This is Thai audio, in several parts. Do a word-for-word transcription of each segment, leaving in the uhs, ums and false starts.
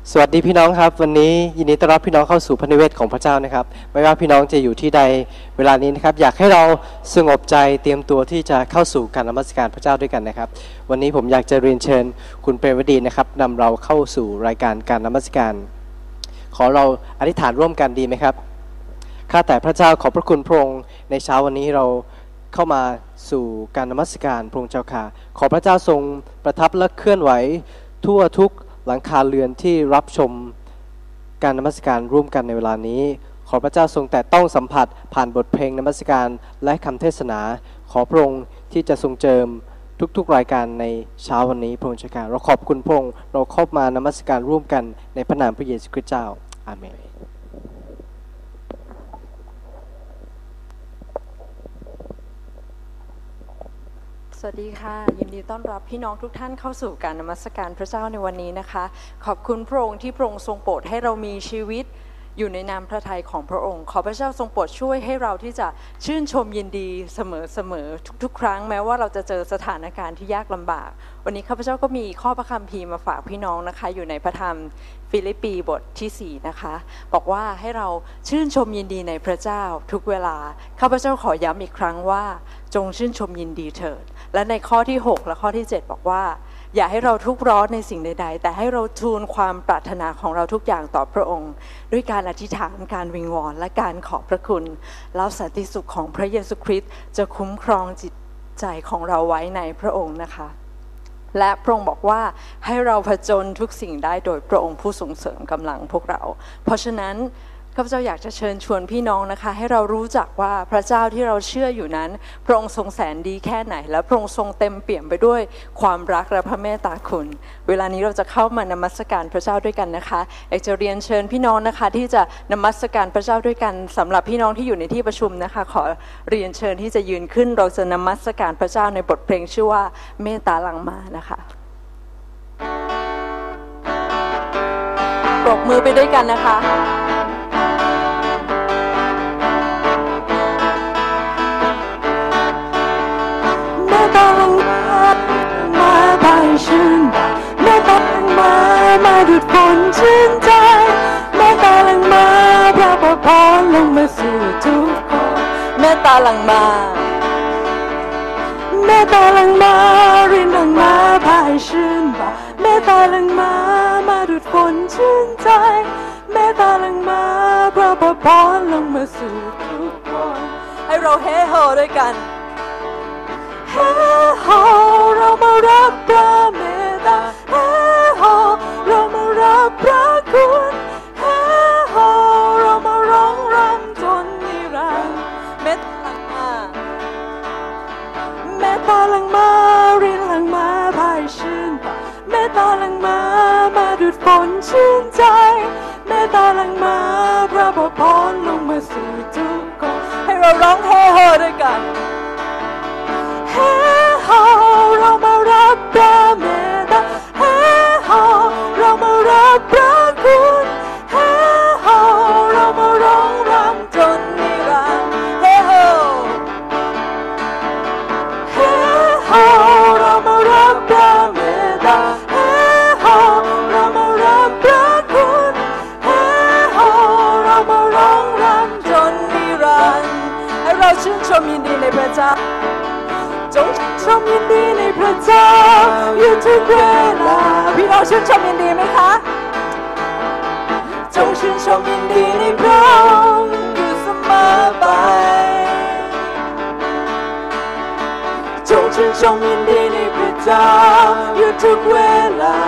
สวัสดีพี่น้องครับวันนี้ยินดีต้อนรับพี่น้องเข้าสู่พระนิเวศของพระเจ้านะครับไม่ว่าพี่น้องจะอยู่ที่ใดเวลานี้นะครับอยากให้เราสงบใจเตรียมตัวที่จะเข้าสู่การนมัสการพระเจ้าด้วยกันนะครับวันนี้ผมอยากจะเรียนเชิญคุณเปรมวดีนะครับนำเราเข้าสู่รายการการนมัสการขอเราอธิษฐานร่วมกันดีไหมครับข้าแต่พระเจ้าขอบพระคุณพระองค์ในเช้าวันนี้เราเข้ามาสู่การนมัสการพระองค์เจ้าค่ะขอพระเจ้าทรงประทับและเคลื่อนไหวทั่วทุกหลังคาเรือนที่รับชมการนมัสการร่วมกันในเวลานี้ขอพระเจ้าทรงแต่ต้องสัมผัสผ่านบทเพลงนมัสการและคำเทศนาขอพระองค์ที่จะทรงเจิมทุกๆรายการในเช้าวันนี้พระองค์เจ้าค่ะเราขอบคุณพระองค์เราเข้ามานมัสการร่วมกันในพระนามพระเยซูคริสต์เจ้าอาเมนสวัสดีค่ะยินดีต้อนรับพี่น้องทุกท่านเข้าสู่การนมัสการพระเจ้าในวันนี้นะคะขอบคุณพระองค์ที่พระองค์ทรงโปรดให้เรามีชีวิตอยู่ในนามพระทัยของพระองค์ขอพระเจ้าทรงโปรดช่วยให้เราที่จะชื่นชมยินดีเสมอๆทุกๆครั้งแม้ว่าเราจะเจอสถานการณ์ที่ยากลำบากวันนี้ข้าพเจ้าก็มีข้อพระคัมภีร์มาฝากพี่น้องนะคะอยู่ในพระธรรมฟิลิปปีบทที่สี่นะคะบอกว่าให้เราชื่นชมยินดีในพระเจ้าทุกเวลาข้าพเจ้าขอย้ำอีกครั้งว่าจงชื่นชมยินดีเถิดและในข้อที่หกและข้อที่เจ็ดบอกว่าอย่าให้เราทุกข์ร้อนในสิ่งใดๆแต่ให้เราทูลความปรารถนาของเราทุกอย่างต่อพระองค์ด้วยการอธิษฐานการวิงวอนและการขอบพระคุณแล้วสันติสุขของพระเยซูคริสต์จะคุ้มครองจิตใจของเราไว้ในพระองค์นะคะและพระองค์บอกว่าให้เราผจญทุกสิ่งได้โดยพระองค์ผู้ทรงเสริมกำลังพวกเราเพราะฉะนั้นข้าพเจ้าอยากจะเชิญชวนพี่น้องนะคะให้เรารู้จักว่าพระเจ้าที่เราเชื่ออยู่นั้นพระองค์ทรงแสนดีแค่ไหนและพระองค์ทรงเต็มเปี่ยมไปด้วยความรักและพระเมตตาคุณเวลานี้เราจะเข้ามานมัสการพระเจ้าด้วยกันนะคะอยากจะเรียนเชิญพี่น้องนะคะที่จะนมัสการพระเจ้าด้วยกันสำหรับพี่น้องที่อยู่ในที่ประชุมนะคะขอเรียนเชิญที่จะยืนขึ้นเราจะนมัสการพระเจ้าในบทเพลงชื่อว่าเมตตาหลั่งมานะคะปรบมือไปด้วยกันนะคะเมตตาหลั่งมามาดูดฝนชื่นใจเมตตาหลั่งมาพระประพรลงมาสู่ทุกคนเมตตาหลั่งมาเมตตาหลั่งมารินหลั่งมาพายชื่นบานเมตตาหลั่งมามาดูดฝนชื่นใจเมตตาหลั่งมาพระประพรลงมาสู่ทุกคนให้เราเฮโฮด้วยกันเฮโฮเรามารับพระเมตตาเฮโฮเรามารับพระคุณเฮโฮเรามาร้องรำจนนิรันดร์เมตตาหลั่งมาเมตตาหลั่งมารินหลั่งมาพายชื่นบานเมตตาหลั่งมามาดูดฝนชื่นใจเมตตาหลั่งมาพระประพรลงมาสู่ทุกคนให้เราร้องเฮโฮด้วยกันเฮโฮเรามารับพระเมตตาเฮโฮเรามารับพระคุณเฮโฮเรามาร้องรำจนนิรันดร์เฮโฮเฮโฮเรามารับพระเมตตาเฮโฮเรามารับพระคุณเฮโฮเรามาร้องรำจนนิรันดร์ให้เราชื่นชมยินดีในพระเจ้าจงชมยินดีในพระเจ้าอยู่ทุกเวลาพี่น้องชื่นชมยินดีไหมคะจงชื่นชมยินดีในพระองค์อยู่เสมอไปจงชื่นชมยินดีในพระเจ้าอยู่ทุกเวลา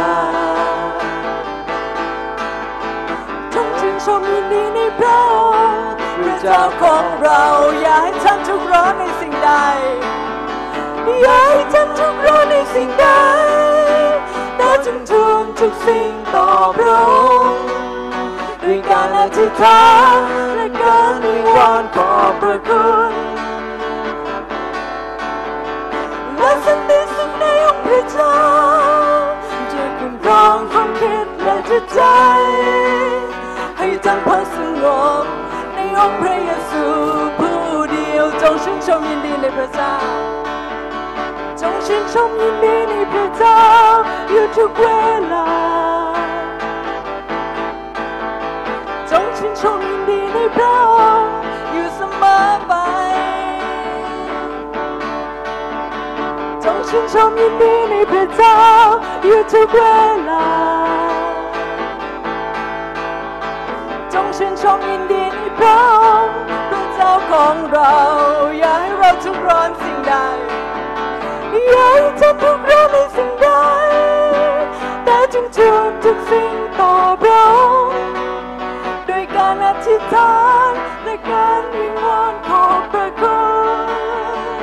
จงชื่นชมยินดีในพระองค์พระเจ้าของเราอย่าให้ท่านทุกข์ร้อนในสิ่งใดอย่าให้ท่านทุกข์ร้อนในสิ่งใดแต่จงทูลทุกสิ่งต่อพระองค์ด้วยการอธิษฐานและการวิงวอนขอบพระคุณและสันติสุขในองค์พระเจ้าจะคุ้มครองความคิดและจิตใจให้ท่านพักสงบในองค์พระเยซูผู้เดียวจงชื่นชมยินดีในพระเจ้าจงชื่นชมยินดีในพระเจ้าอยู่ทุกเวลาเชมยินดีในพระองค์อยู่เสมอไปจงชื่นชมยินดีในพระเจ้าอยู่ทุกเวลาจงชื่นชมยินดีในพระองค์พระเจ้าของเราอย่าให้เราทุกข์ร้อนสิ่งใดอย่าให้ฉันทุกข์ร้อนในสิ่งใดแต่จงทูลทุกสิ่งต่อพระองค์ด้วยการอธิษฐานและการวิงวอนขอพระคุณ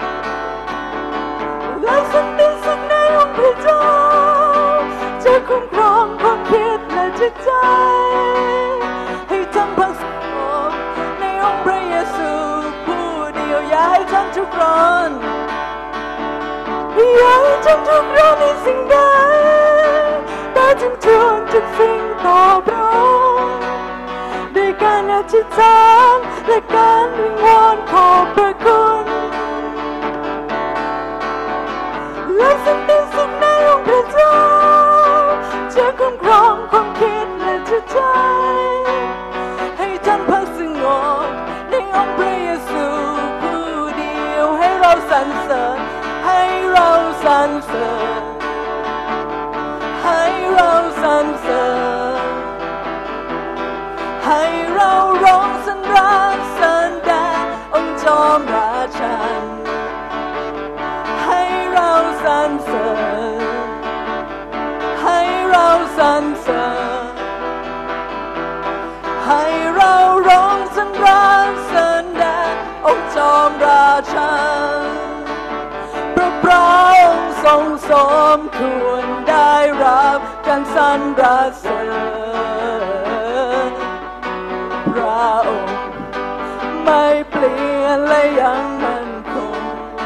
และสันติสุขในองค์พระเจ้าจะคุ้มครองความคิดและจิตใจให้ท่านพักสงบในองค์พระเยซูผู้เดียวอย่าให้ท่านทุกข์ร้อนอย่าให้ท่านทุกข์ร้อนในสิ่งใดแต่จงทูลทุกสิ่งต่อพระองค์ด้วยการอธิษฐานและการวิงวอนขอพระคุณและสันติสุขในองค์พระเจ้าจะคุ้มครองความคิดและจิตใจให้ท่านพักสงบในองค์พระเยซูผู้เดียวให้เราสรรเสริญให้เราสรรเสริญให้เราสรรเสริญให้เราร้องสรรเสริญแด่องค์จอมราชันให้เราสรรเสริญให้เราสรรเสริญให้เราร้องสรรเสริญแด่องค์จอมราชันพระพระองค์ทรงสมควรได้รับการสรรเสริญพระองค์ไม่เปลี่ยนและยังมั่นคง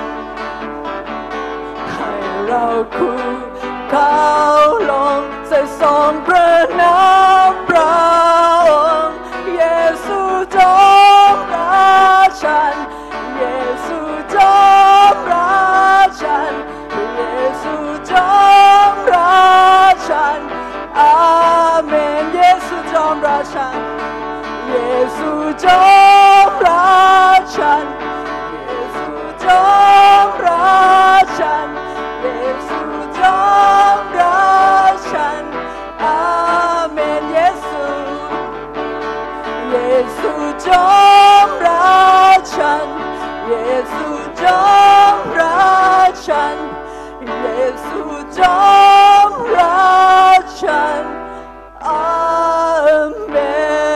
ให้เราคู่เข้าลงใส่ทรงพระนามพระองค์เยซูจอมราชันเยซูจอมราชันเยซูจอมราชันอาเมนเยซูจอมราชันเยซูจอมราชันเยซูจอมราชันเยซูจอมราชันอาเมนเยซูเยซูจอมราชันเยซูจอมราชันเยซูจอมราชันอาเม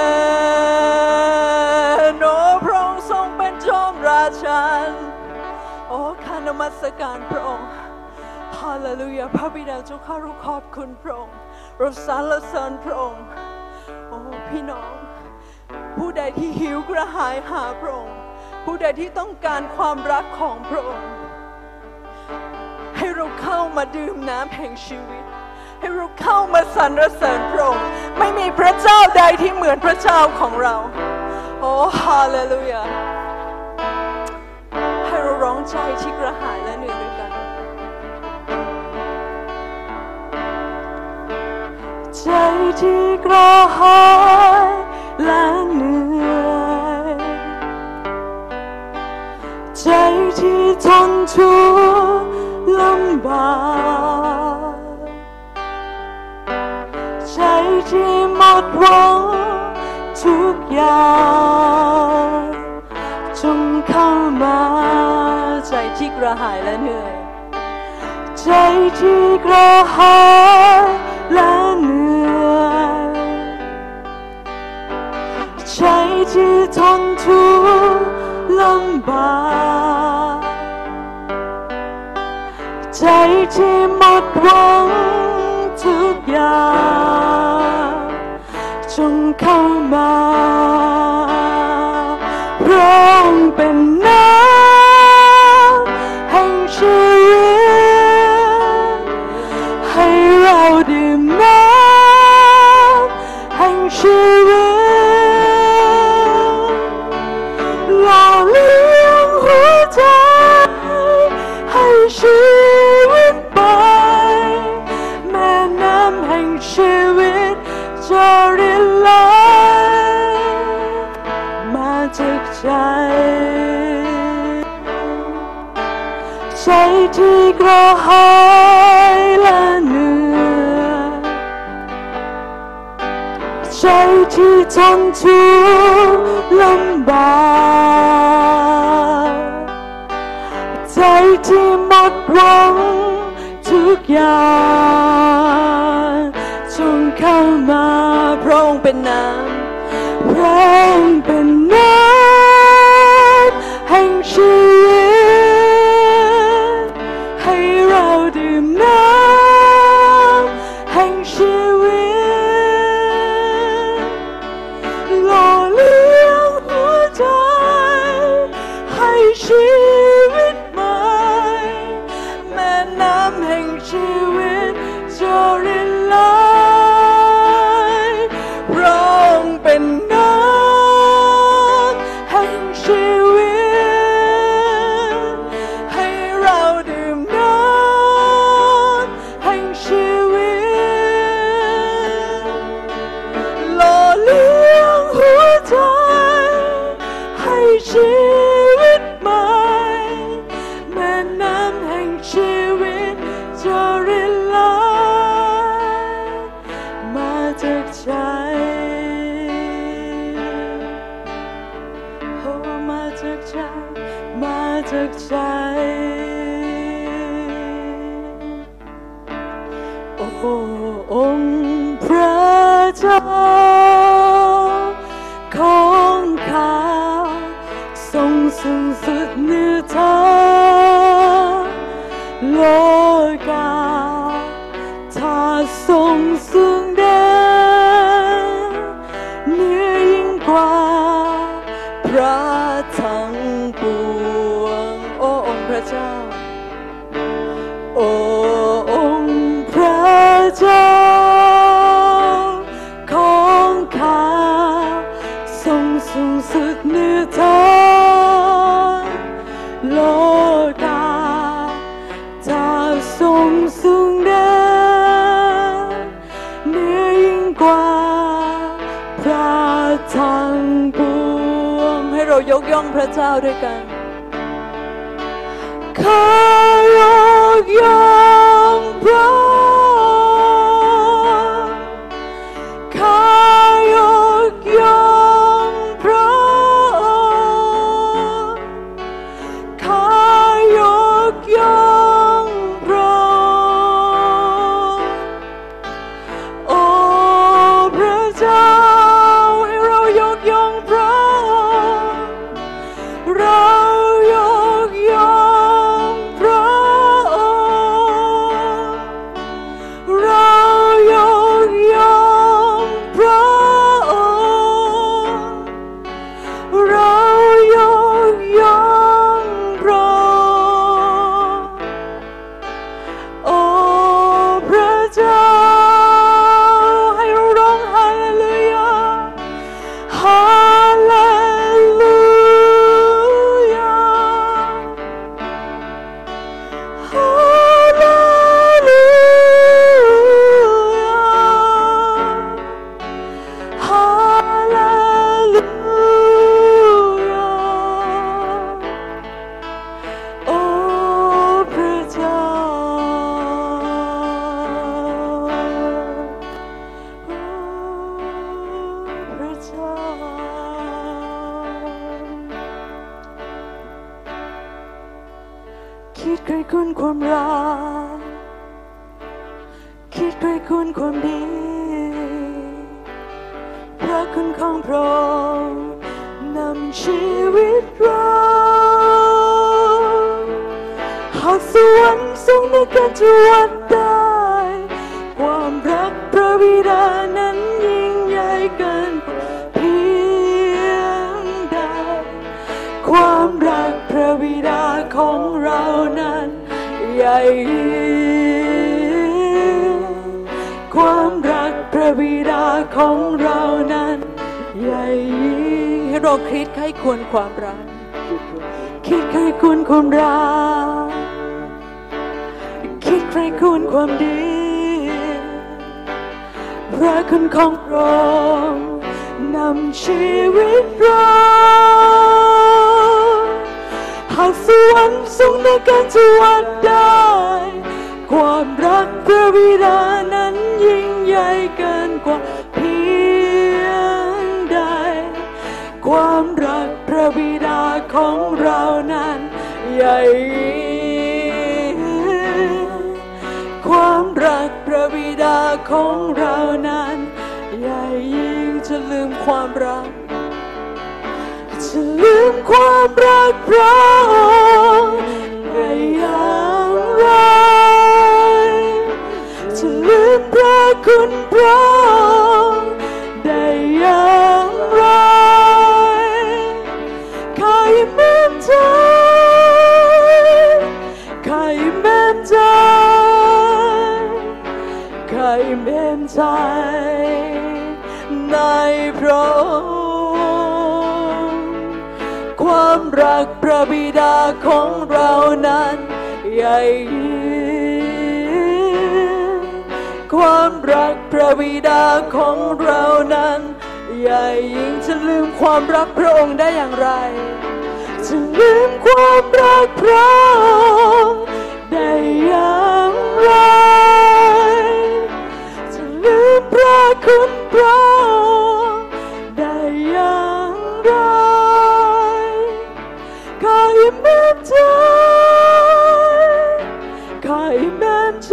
นโอ้พระองค์ทรงเป็นจอมราชันโอ้ข้านมัสการพระองค์ฮาเลลูยาพระบิดาเจ้าข้าเราขอบคุณพระองค์เราสรรเสริญพระองค์โอ้พี่น้องผู้ใดที่หิวกระหายหาพระองค์ผู้ใดที่ต้องการความรักของพระองค์ให้เราเข้ามาดื่มน้ำแห่งชีวิตให้เราเข้ามาสรรเสริญพระองค์ไม่มีพระเจ้าใดที่เหมือนพระเจ้าของเราโอ้ฮาเลลูยาให้เราร้องใจที่กระหายและเหนื่อยด้วยกันใจที่กระหายและเหนื่อยใจที่ทนทุกข์ลำบากใจที่หมดหวังทุกอย่างจงเข้ามาใจที่กระหายและเหนื่อยใจที่กระหายและเหนื่อยใจที่ทนทุกข์ลำบากใจที่หมดหวังทุกอย่างจงเข้ามาพระองค์เป็นน้ำแห่งชีวิตให้เราดื่มน้ำแห่งชีวิตหล่อเลี้ยงหัวใจให้ชีวิตไปแม่น้ำแห่งชีวิตจะรินไหลจากใจใจที่กระหายและเหนื่อยใจที่ทนทุกข์ลำบากใจที่หมดหวังทุกอย่างจงเข้ามาพระองค์เป็นน้ำพระองค์เป็นน้ำแห่งชีวิตให้เราดื่มน้ำแห่งชีวิตหล่อเลี้ยงหัวใจให้ชีวิตใหม่แม่น้ำแห่งชีวิตจะรินไหลพระองค์เป็นน้ำแห่งชีวิตให้เราดื่มน้ำแห่งชีวิตหล่อเลี้ยงหัวใจให้ชีวิตใหม่แม่น้ำแห่งชีวิตจะรินไหลมาจากใจโอ้มาจากใจมาจากใจโอ้องค์พระเจ้าของข้าทรงสูงสุดเหนือท้องโลกาถ้าทรงสูงเด่นเหนือยิ่งกว่าพระทั้งปวงโอ้องค์พระเจ้าโอ้องค์พระเจ้าของข้าทรงสูงสุดเหนือท้องโลกาถ้าทรงสูงเด่นเหนือยิ่งกว่าพระทั้งปวงให้เรายกย่องพระเจ้าด้วยกันข้ายกย่องพระองค์ข้ายกย่องพระองค์ข้ายกย่องพระองค์โอ้พระเจ้าให้เรายกย่องพระองค์เรายกย่องพระองค์เรายกย่องพระองค์เรายกย่องพระองค์โอ้พระเจ้าให้เราร้องฮาเลลูยาฮาเลลูยาฮาเลลูยาฮาเลลูยาโอ้พระเจ้าโอ้พระเจ้าคิดใครคุณความรักคิดใครคุณความดีพระคุณของพระองค์นำชีวิตเราหากสวรรค์ทรงในการจะวัดได้ความรักพระบิดานั้นยิ่งใหญ่เกินเพียงใดความรักพระบิดาของเรานั้นใหญ่ยิ่งความรักพระบิดาของเรานั้นใหญ่ยิ่งให้เราคิดใครควรความรักคิดใครควรความรักคิดใครควรความดีพระคุณของพระองค์นำชีวิตเรามันสูงในการจะวัดได้ความรักพระบิดานั้นยิ่งใหญ่เกินกว่าเพียงใดความรักพระบิดาของเรานั้นใหญ่ความรักพระบิดาของเรานั้นใหญ่ยิ่งจะลืมความรักจะลืมความรักพระองค์ได้อย่างไรจะลืมพระคุณพระองค์ได้อย่างไรใครแม้ใจใครแม้ใจใครแม้ใจในพระองค์ความรักพระบิดาของเรานั้นใหญ่ความรักพระบิดาของเรานั้นใหญ่ยิ่งจะลืมความรักพระองค์ได้อย่างไรจะลืมความรักพระองค์ได้อย่างไรจะลืมพระคุณพระองค์ได้อย่างไรใครแม้ใจใครแม้ใจ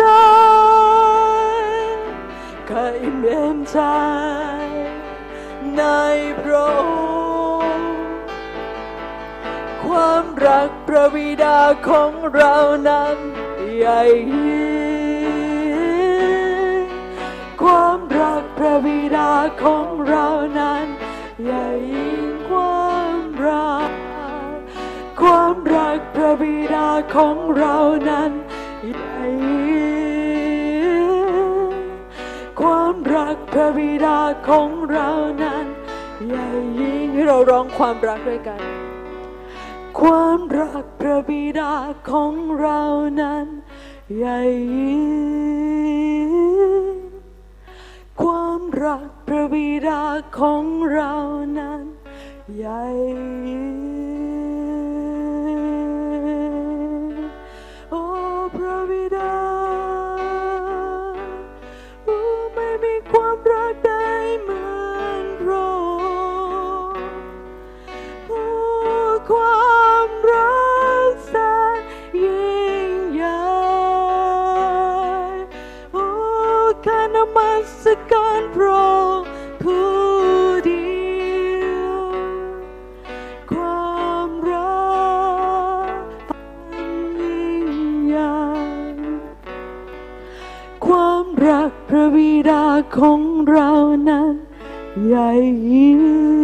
ใครแม้ใจในพระองค์ความรักพระบิดาของเรานั้นใหญ่ความรักพระบิดาของเรานั้นใหญ่ยิ่งความรักความรักพระบิดาของเรานั้นใหญ่ความรักพระบิดาของเรานั้นใหญ่ยิ่งให้เราร้องความรักด้วยกันความรักพระบิดาของเรานั้นใหญ่ยิ่งความรักพระบิดาของเรานั้นใหญ่โอ้พระบิดาโอ้ไม่มีความรักใดเหมือนพระองค์โอ้ความรักแสนยิ่งใหญ่โอ้การนมัสการพระองค์ผู้เดียวความรักยิ่งใหญ่ความรักพระบิดาของเรานั้นใหญ่ยิ่ง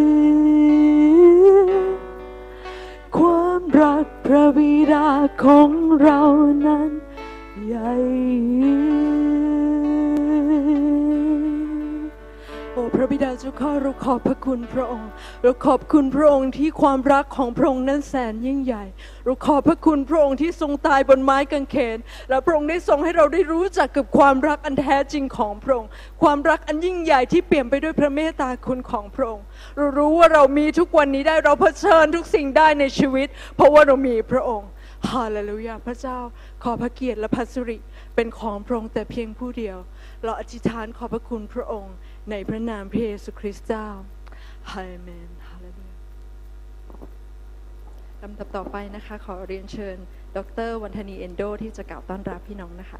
ความรักพระบิดาของเรานั้นใหญ่ยิ่งโอ้พระบิดาเจ้าข้าเราขอบพระคุณพระองค์เราขอบคุณพระองค์ที่ความรักของพระองค์นั้นแสนยิ่งใหญ่เราขอบพระคุณพระองค์ที่ทรงตายบนไม้กางเขนและพระองค์ได้ทรงให้เราได้รู้จักกับความรักอันแท้จริงของพระองค์ความรักอันยิ่งใหญ่ที่เปี่ยมไปด้วยพระเมตตาคุณของพระองค์เรารู้ว่าเรามีทุกวันนี้ได้เราเผชิญทุกสิ่งได้ในชีวิตเพราะว่าเรามีพระองค์ฮาเลลูยาพระเจ้าขอพระเกียรติและพระสิริเป็นของพระองค์แต่เพียงผู้เดียวเราอธิษฐานขอบพระคุณพระองค์ในพระนามพระเยซูคริสต์เจ้าอาเมนฮาเลลูยาลำดับต่อไปนะคะขอเรียนเชิญดร.วันธนีเอนโดที่จะกล่าวต้อนรับพี่น้องนะคะ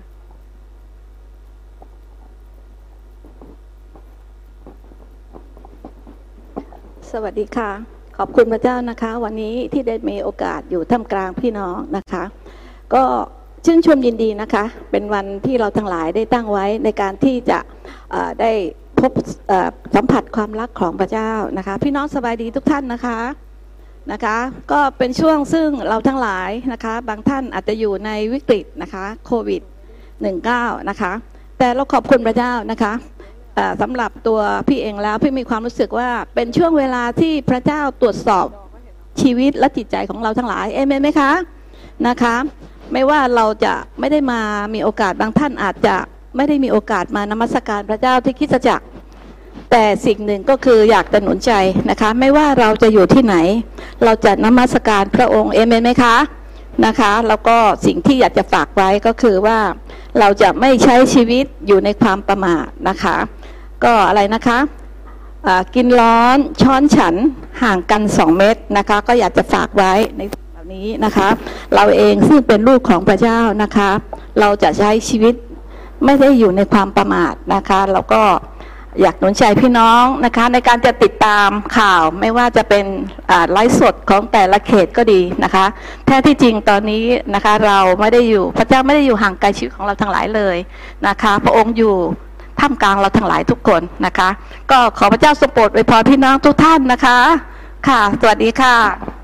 สวัสดีค่ะขอบคุณพระเจ้านะคะวันนี้ที่ได้มีโอกาสอยู่ท่ามกลางพี่น้องนะคะก็ชื่นชมยินดีนะคะเป็นวันที่เราทั้งหลายได้ตั้งไว้ในการที่จะได้พบสัมผัสความรักของพระเจ้านะคะพี่น้องสบายดีทุกท่านนะคะนะคะก็เป็นช่วงซึ่งเราทั้งหลายนะคะบางท่านอาจจะอยู่ในวิกฤตนะคะโควิด สิบเก้า นะคะแต่เราขอบคุณพระเจ้านะคะสำหรับตัวพี่เองแล้วพี่มีความรู้สึกว่าเป็นช่วงเวลาที่พระเจ้าตรวจสอบชีวิตและจิตใจของเราทั้งหลายเอเมนไหมคะนะคะไม่ว่าเราจะไม่ได้มามีโอกาสบางท่านอาจจะไม่ได้มีโอกาสมานมัสการพระเจ้าที่คริสตจักรแต่สิ่งหนึ่งก็คืออยากจะหนุนใจนะคะไม่ว่าเราจะอยู่ที่ไหนเราจะนมัสการพระองค์เอเมนไหมคะนะคะแล้วก็สิ่งที่อยากจะฝากไว้ก็คือว่าเราจะไม่ใช้ชีวิตอยู่ในความประมาทนะคะก็อะไรนะคะกินร้อนช้อนฉันห่างกันสองเมตรนะคะก็อยากจะฝากไว้ในแบบนี้นะคะเราเองซึ่งเป็นลูกของพระเจ้านะคะเราจะใช้ชีวิตไม่ได้อยู่ในความประมาทนะคะแล้วก็อยากหนุนใจพี่น้องนะคะในการจะติดตามข่าวไม่ว่าจะเป็นไลฟ์สดของแต่ละเขตก็ดีนะคะแท้ที่จริงตอนนี้นะคะเราไม่ได้อยู่พระเจ้าไม่ได้อยู่ห่างไกลชีวิตของเราทั้งหลายเลยนะคะพระองค์อยู่ท่ามกลางเราทั้งหลายทุกคนนะคะก็ขอพระเจ้าทรงโปรดอวยพรพี่น้องทุกท่านนะคะค่ะสวัสดีค่ะ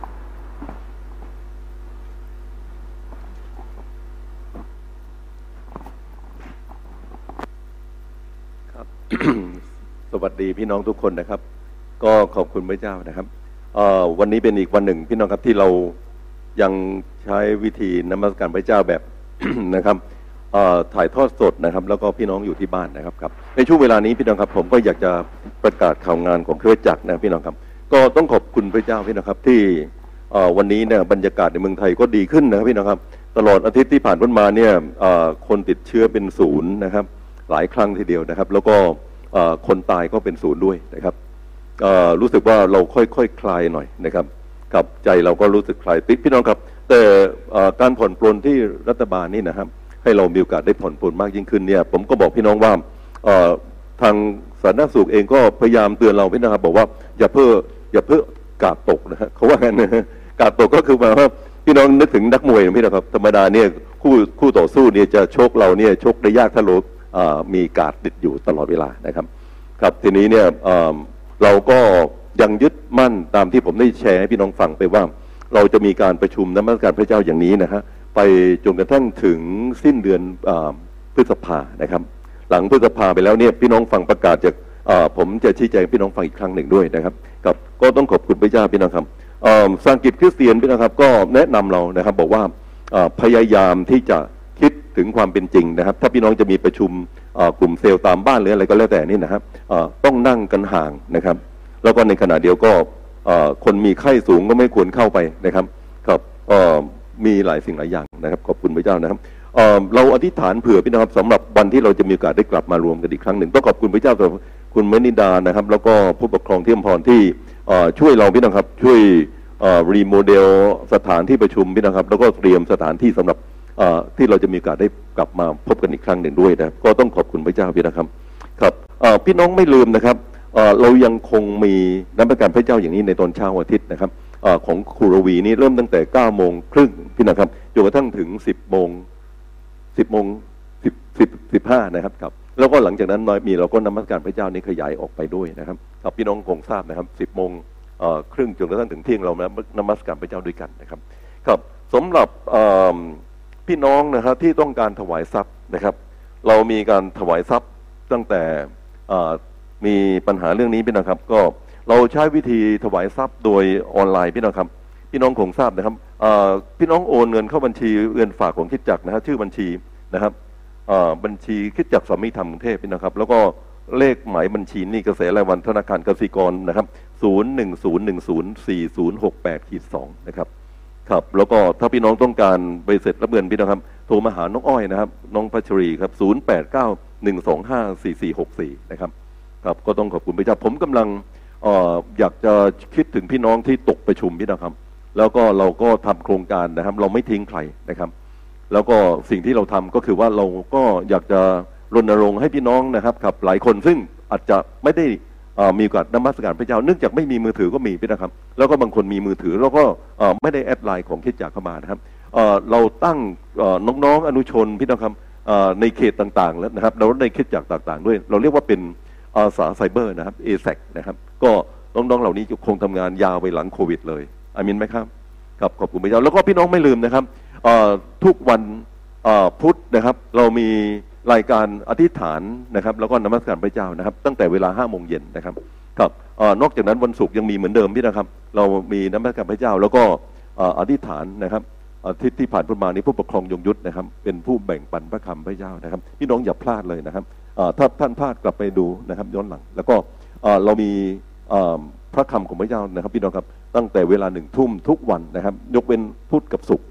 สวัสดีพี่น้องทุกคนนะครับก็ขอบคุณพระเจ้านะครับวันนี้เป็นอีกวันหนึ่งพี่น้องครับที่เรายังใช้วิธีนมัสการพระเจ้าแบบ นะครับถ่ายทอดสดนะครับแล้วก็พี่น้องอยู่ที่บ้านนะครับครับในช่วงเวลานี้พี่น้องครับผมก็อยากจะประกาศข่าวงานของคริสตจักรนะพี่น้องครับก็ต้องขอบคุณพระเจ้าพี่น้องครับที่วันนี้เนี่ยบรรยากาศในเมืองไทยก็ดีขึ้นนะครับพี่น้องครับตลอดอาทิตย์ที่ผ่านมาเนี่ยคนติดเชื้อเป็นศูนย์นะครับหลายครั้งทีเดียวนะครับแล้วก็คนตายก็เป็นศูนย์ด้วยนะครับรู้สึกว่าเราค่อยๆ ค, คลายหน่อยนะครับกับใจเราก็รู้สึกคลายติดพี่น้องครับแต่การผ่อนปลนที่รัฐบาลนี่นะครับให้เรามีโอกาสได้ผ่อนปลนมากยิ่งขึ้นเนี่ยผมก็บอกพี่น้องว่าทางสาธารณสุขเองก็พยายามเตือนเราพี่นะครับบอกว่าอย่าเพิ่งอย่าเพิ่งกาดตกนะฮะเขาว่างั้นนะกาดตกก็คือหมายว่าพี่น้องนึกถึงนักมวยพี่นะครับธรรมดาเนี่ยคู่คู่ต่อสู้เนี่ยจะชกเราเนี่ยชกได้ยากถ้าเรามีการติดอยู่ตลอดเวลานะครับครับทีนี้เนี่ยเราก็ยังยึดมั่นตามที่ผมได้แชร์ให้พี่น้องฟังไปว่าเราจะมีการประชุมนมัสการพระเจ้าอย่างนี้นะฮะไปจนกระทั่งถึงสิ้นเดือนพฤษภานะครับหลังพฤษภาไปแล้วเนี่ยพี่น้องฟังประกาศจากผมจะชี้แจงพี่น้องฟังอีกครั้งหนึ่งด้วยนะครับกับก็ต้องขอบคุณพระเจ้าพี่น้องครับสังกิจคริสเตียนพี่น้องครับก็แนะนำเรานะครับบอกว่าพยายามที่จะคิดถึงความเป็นจริงนะครับถ้าพี่น้องจะมีประชุมกลุ่มเซลล์ตามบ้านหรืออะไรก็แล้วแต่นี่นะครับต้องนั่งกันห่างนะครับแล้วก็ในขณะเดียวก็คนมีไข้สูงก็ไม่ควรเข้าไปนะครับครับมีหลายสิ่งหลายอย่างนะครับขอบคุณพระเจ้านะครับเราอธิษฐานเผื่อพี่น้องครับสำหรับวันที่เราจะมีโอกาสได้กลับมารวมกันอีกครั้งหนึ่งต้องขอบคุณพระเจ้าสำหรับคุณมณิดานะครับแล้วก็ผู้ปกครองที่อำพรที่ช่วยเราพี่น้องครับช่วยรีโมเดลสถานที่ประชุมพี่น้องครับแล้วก็เตรียมสถานที่สำหรับที่เราจะมีโอกาสได้กลับมาพบกันอีกครั้งหนึ่งด้วยนะก็ต้องขอบคุณพระเจ้าพี่นะครับครับพี่น้องไม่ลืมนะครับเรายังคงมีนมัสการพระเจ้าอย่างนี้ในตอนเช้าอาทิตย์นะครับของครูรวีนี้เริ่มตั้งแต่เก้าโมงครึ่งพี่นะครับจนกระทั่งถึงสิบโมงสิบโมงสิบสิบสิบห้านะครับครับแล้วก็หลังจากนั้นมีเราก็นมัสการพระเจ้านี้ขยายออกไปด้วยนะครับครับพี่น้องคงทราบนะครับสิบโมงครึ่งจนกระทั่งถึงเที่ยงเรานมัสการพระเจ้าด้วยกันนะครับครับสำหรับพี่น้องนะครับที่ต้องการถวายทรัพย์นะครับเรามีการถวายทรัพย์ตั้งแต่มีปัญหาเรื่องนี้พี่น้องครับก็เราใช้วิธีถวายทรัพย์โดยออนไลน์พี่น้องครับพี่น้องคงทราบนะครับพี่น้องโอนเงินเข้าบัญชีเงินฝากของคริสตจักรนะฮะชื่อบัญชีนะครับบัญชีคริสตจักรสามีธรรมกรุงเทพพี่น้องครับแล้วก็เลขหมายบัญชีนี่กระแสรายวันธนาคารกสิกรนะครับศูนย์หนึ่งศูนย์หนึ่งศูนย์สี่ศูนย์หกแปดขีดสองนะครับครับแล้วก็ถ้าพี่น้องต้องการใบเสร็จรับเงินพี่น้องครับโทรมาหาน้องอ้อยนะครับน้องพัชรีครับศูนย์แปดเก้าหนึ่งสองห้าสี่สี่หกสี่นะครับครับก็ต้องขอบคุณพระเจ้าผมกำลังเอ่ออยากจะคิดถึงพี่น้องที่ตกประชุมพี่น้องครับแล้วก็เราก็ทำโครงการนะครับเราไม่ทิ้งใครนะครับแล้วก็สิ่งที่เราทำก็คือว่าเราก็อยากจะรณรงค์ให้พี่น้องนะครับครับหลายคนซึ่งอาจจะไม่ได้มีโอกาสนมัสการพระเจ้าเนื่องจากไม่มีมือถือก็มีพี่นะครับแล้วก็บางคนมีมือถือแล้วก็ไม่ได้แอดไลน์ของคริสตจักรเข้ามานะครับเราตั้งน้องๆอนุชนพี่นะครับในเขตต่างๆแล้วนะครับแล้วในคริสตจักรต่างๆด้วยเราเรียกว่าเป็นอาสาไซเบอร์นะครับ เอ แซค นะครับก็น้องๆเหล่านี้คงทำงานยาวไปหลังโควิดเลยอามินไหมครับครับขอบคุณพระเจ้าแล้วก็พี่น้องไม่ลืมนะครับทุกวันพุธนะครับเรามีรายการอธิษฐานนะครับแล้วก็นมัสการพระเจ้านะครับตั้งแต่เวลาห้าโมงเย็นนะครับครับนอกจากนั้นวันศุกร์ยังมีเหมือนเดิมพี่นะครับเรามีนมัสการพระเจ้าแล้วก็อธิษฐานนะครับที่ที่ผ่านมานี้ผู้ปกครองยงยุทธนะครับเป็นผู้แบ่งปันพระคำพระเจ้านะครับพี่น้องอย่าพลาดเลยนะครับถ้าท่านพลาดกลับไปดูนะครับย้อนหลังแล้วก็เรามีพระคำของพระเจ้านะครับพี่น้องครับตั้งแต่เวลาหนึ่งทุ่มทุกวันนะครับยกเว้นพุธกับศุกร์นะครับ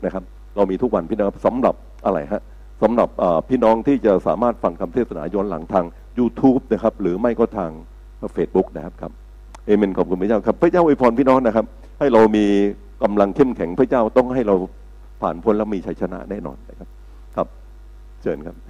เรามีทุกวันพี่น้องสำหรับอะไรฮะสำหรับพี่น้องที่จะสามารถฟังคำเทศนาย้อนหลังทาง YouTube นะครับหรือไม่ก็ทาง Facebook นะครับครับเอเมนขอบคุณพระเจ้าครับพระเจ้าอวยพรพี่น้องนะครับให้เรามีกำลังเข้มแข็งพระเจ้าต้องให้เราผ่านพ้นและมีชัยชนะแน่นอนนะครับครับเชิญครับ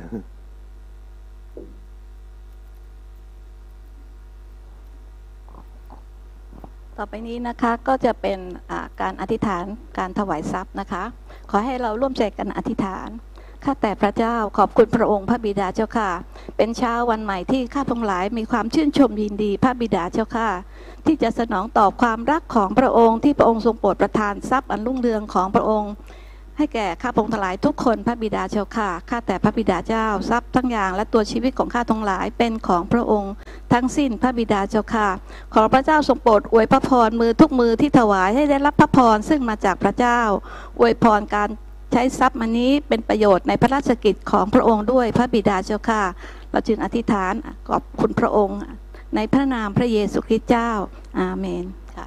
ต่อไปนี้นะคะก็จะเป็นการอธิษฐานการถวายทรัพย์นะคะขอให้เราร่วมใจกันอธิษฐานข้าแต่พระเจ้าขอบคุณพระองค์พระบิดาเจ้าค่ะเป็นเช้าวันใหม่ที่ข้าทั้งหลายมีความชื่นชมยินดีพระบิดาเจ้าค่ะที่จะสนองตอบความรักของพระองค์ที่พระองค์ทรงโปรดประทานทรัพย์อันรุ่งเรืองของพระองค์ให้แก่ข้าพงทั้งหลายทุกคนพระบิดาเจ้าค่ะข้าแต่พระบิดาเจ้าทรัพย์ทั้งอย่างและตัวชีวิตของข้าทั้งหลายเป็นของพระองค์ทั้งสิ้นพระบิดาเจ้าค่ะขอพระเจ้าทรงโปรดอวยพระพรมือทุกมือที่ถวายให้ได้รับพระพรซึ่งมาจากพระเจ้าอวยพรการใช้ทรัพย์มันนี้เป็นประโยชน์ในพระราชกิจของพระองค์ด้วยพระบิดาเจ้าค่ะเราจึงอธิษฐานขอบคุณพระองค์ในพระนามพระเยซูคริสต์เจ้าอาเมนค่ะ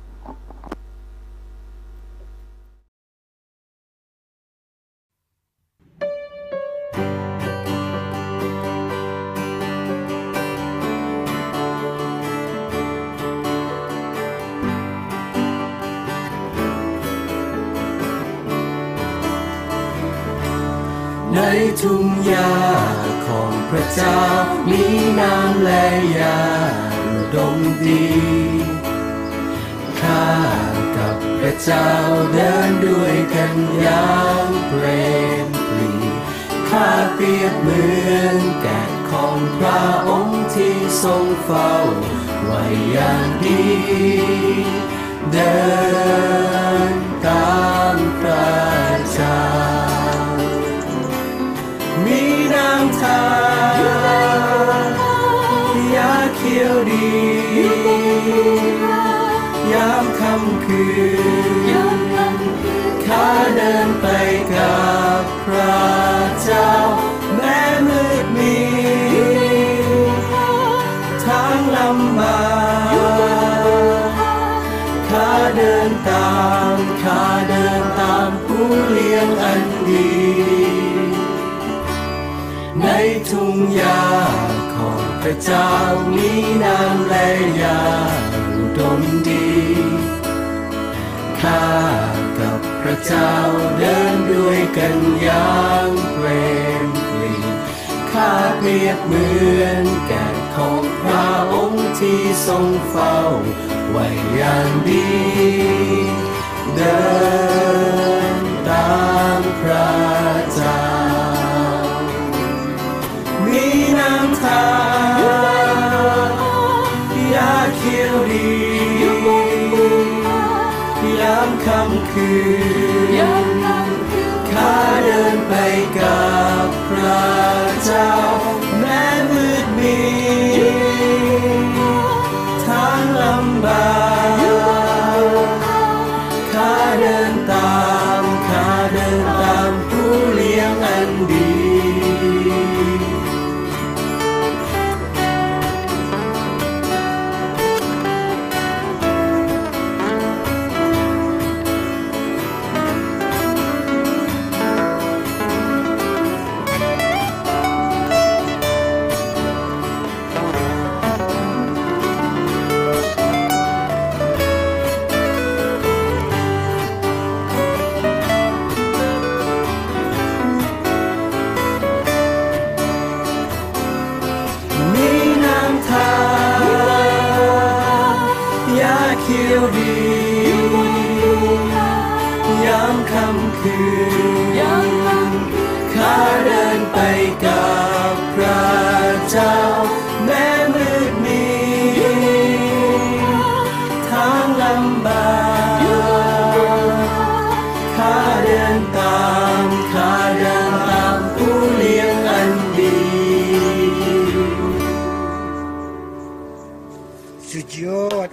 ในทุ่งหญ้าของพระเจ้ามีน้ำและหญ้าอุดมดีข้ากับพระเจ้าเดินด้วยกันอย่างเปรมปรีข้าเปรียบเหมือนแกะของพระองค์ที่ทรงเฝ้าไว้อย่างดีเดินตามพระเจ้ามีน้ำทางหญ้าเขียวดียามค่ำคืนข้าเดินไปกับพระเจ้าแม้มืดมิดทางลำบากข้าเดินตามข้าเดินตามผู้เลี้ยงอันดีในทุ่งหญ้าของพระเจ้ามีน้ำและหญ้าอุดมดีข้ากับพระเจ้าเดินด้วยกันอย่างเปรมปรีข้าเปรียบเหมือนแกะของพระองค์ที่ทรงเฝ้าไว้อย่างดีเดินตามพระเจ้ามีน้ำทางหญ้าเขียวดียามค่ำคืนข้าเดินไปกับพระเจ้าแม้มืดมิดทางลำบากข้าเดินตามข้าเดินตามผู้เลี้ยงอันดีเขียวดียามค่ำคืนข้าเดินไปกับพระเจ้าแม้มืดมิดทางลำบากข้าเดินตามข้าเดินตามผู้เลี้ยงอันดีสุดยอด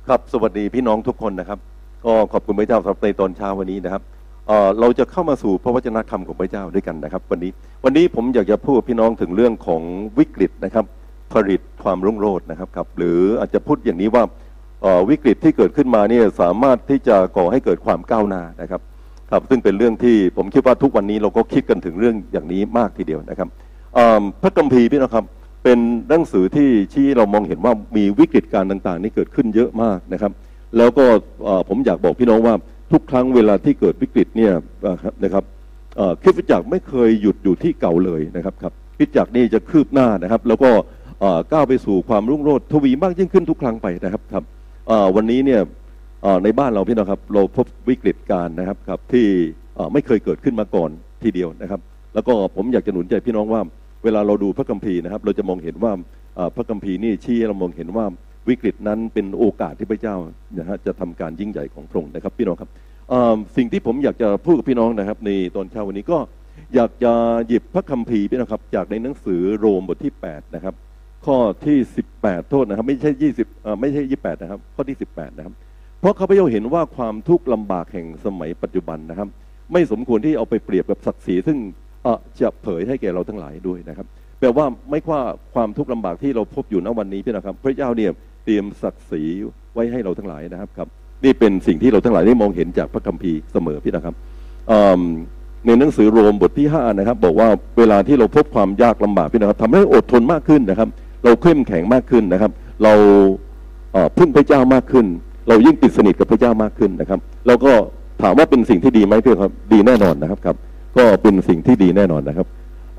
ครับสวัสดีพี่น้องทุกคนนะครับก็ขอบคุณพระเจ้าสำหรับในตอนเช้าวันนี้นะครับเอ่อเราจะเข้ามาสู่พระวจนะคำของพระเจ้าด้วยกันนะครับวันนี้วันนี้ผมอยากจะพูดพี่น้องถึงเรื่องของวิกฤตนะครับผลิตความรุ่งโรจน์นะครับครับหรืออาจจะพูดอย่างนี้ว่าวิกฤตที่เกิดขึ้นมาเนี่ยสามารถที่จะก่อให้เกิดความก้าวหน้านะครับครับซึ่งเป็นเรื่องที่ผมคิดว่าทุกวันนี้เราก็คิดกันถึงเรื่องอย่างนี้มากทีเดียวนะครับพระคัมภีร์พี่น้องครับเป็นหนังสือที่ชี้เรามองเห็นว่ามีวิกฤตการต่างๆนี่เกิดขึ้นเยอะมากนะครับแล้วก็ผมอยากบอกพี่น้องว่าทุกครั้งเวลาที่เกิดวิกฤตเนี่ยนะครับคริสตจักรไม่เคยหยุดอยู่ที่เก่าเลยนะครับครับคริสตจักรนี่จะคืบหน้านะครับแล้วก็ก้าวไปสู่ความรุ่งโรจน์ทวีมากยิ่งขึ้นทุกครั้งไปนะครับครับวันนี้เนี่ยในบ้านเราพี่น้องครับเราพบวิกฤตการนะครับครับที่ไม่เคยเกิดขึ้นมาก่อนทีเดียวนะครับแล้วก็ผมอยากจะหนุนใจพี่น้องว่าเวลาเราดูพระคัมภีร์นะครับเราจะมองเห็นว่าพระคัมภีร์นี่ชี้เรามองเห็นว่าวิกฤตนั้นเป็นโอกาสที่พระเจ้านะฮะจะทำการยิ่งใหญ่ของพระองค์นะครับพี่น้องครับสิ่งที่ผมอยากจะพูดกับพี่น้องนะครับในตอนเช้าวันนี้ก็อยากจะหยิบพระคัมภีร์พี่น้องครับจากในหนังสือโรมบทที่แปดนะครับข้อที่สิบแปดโทษนะครับไม่ใช่ยี่สิบไม่ใช่ยี่สิบแปดนะครับข้อที่สิบแปดนะครับเพราะข้าพเจ้าเห็นว่าความทุกข์ลำบากแห่งสมัยปัจจุบันนะครับไม่สมควรที่เอาไปเปรียบกับศักดิ์ศรีซึ่งจะเผยให้แก่เราทั้งหลายด้วยนะครับแปลว่าไม่ว่าความทุกข์ลำบากที่เราพบอยู่ณวันนี้พี่นะครับพระเจ้าเนี่ยเตรียมศักดิ์ศรีไว้ให้เราทั้งหลายนะครับครับนี่เป็นสิ่งที่เราทั้งหลายได้มองเห็นจากพระคัมภีร์เสมอพี่นะครับในหนังสือโรมบทที่ห้านะครับบอกว่าเวลาที่เราพบความยากลำบากพี่นะครับทำให้อดทนมากขึ้นนะครับเราเข้มแข็งมากขึ้นนะครับเราพึ่งพระเจ้ามากขึ้นเรายิ่งติดสนิทกับพระเจ้ามากขึ้นนะครับแล้วก็ถามว่าเป็นสิ่งที่ดีไหมพี่ครับดีแน่นอนนะครับครับก็เป็นสิ่งที่ดีแน่นอนนะครับ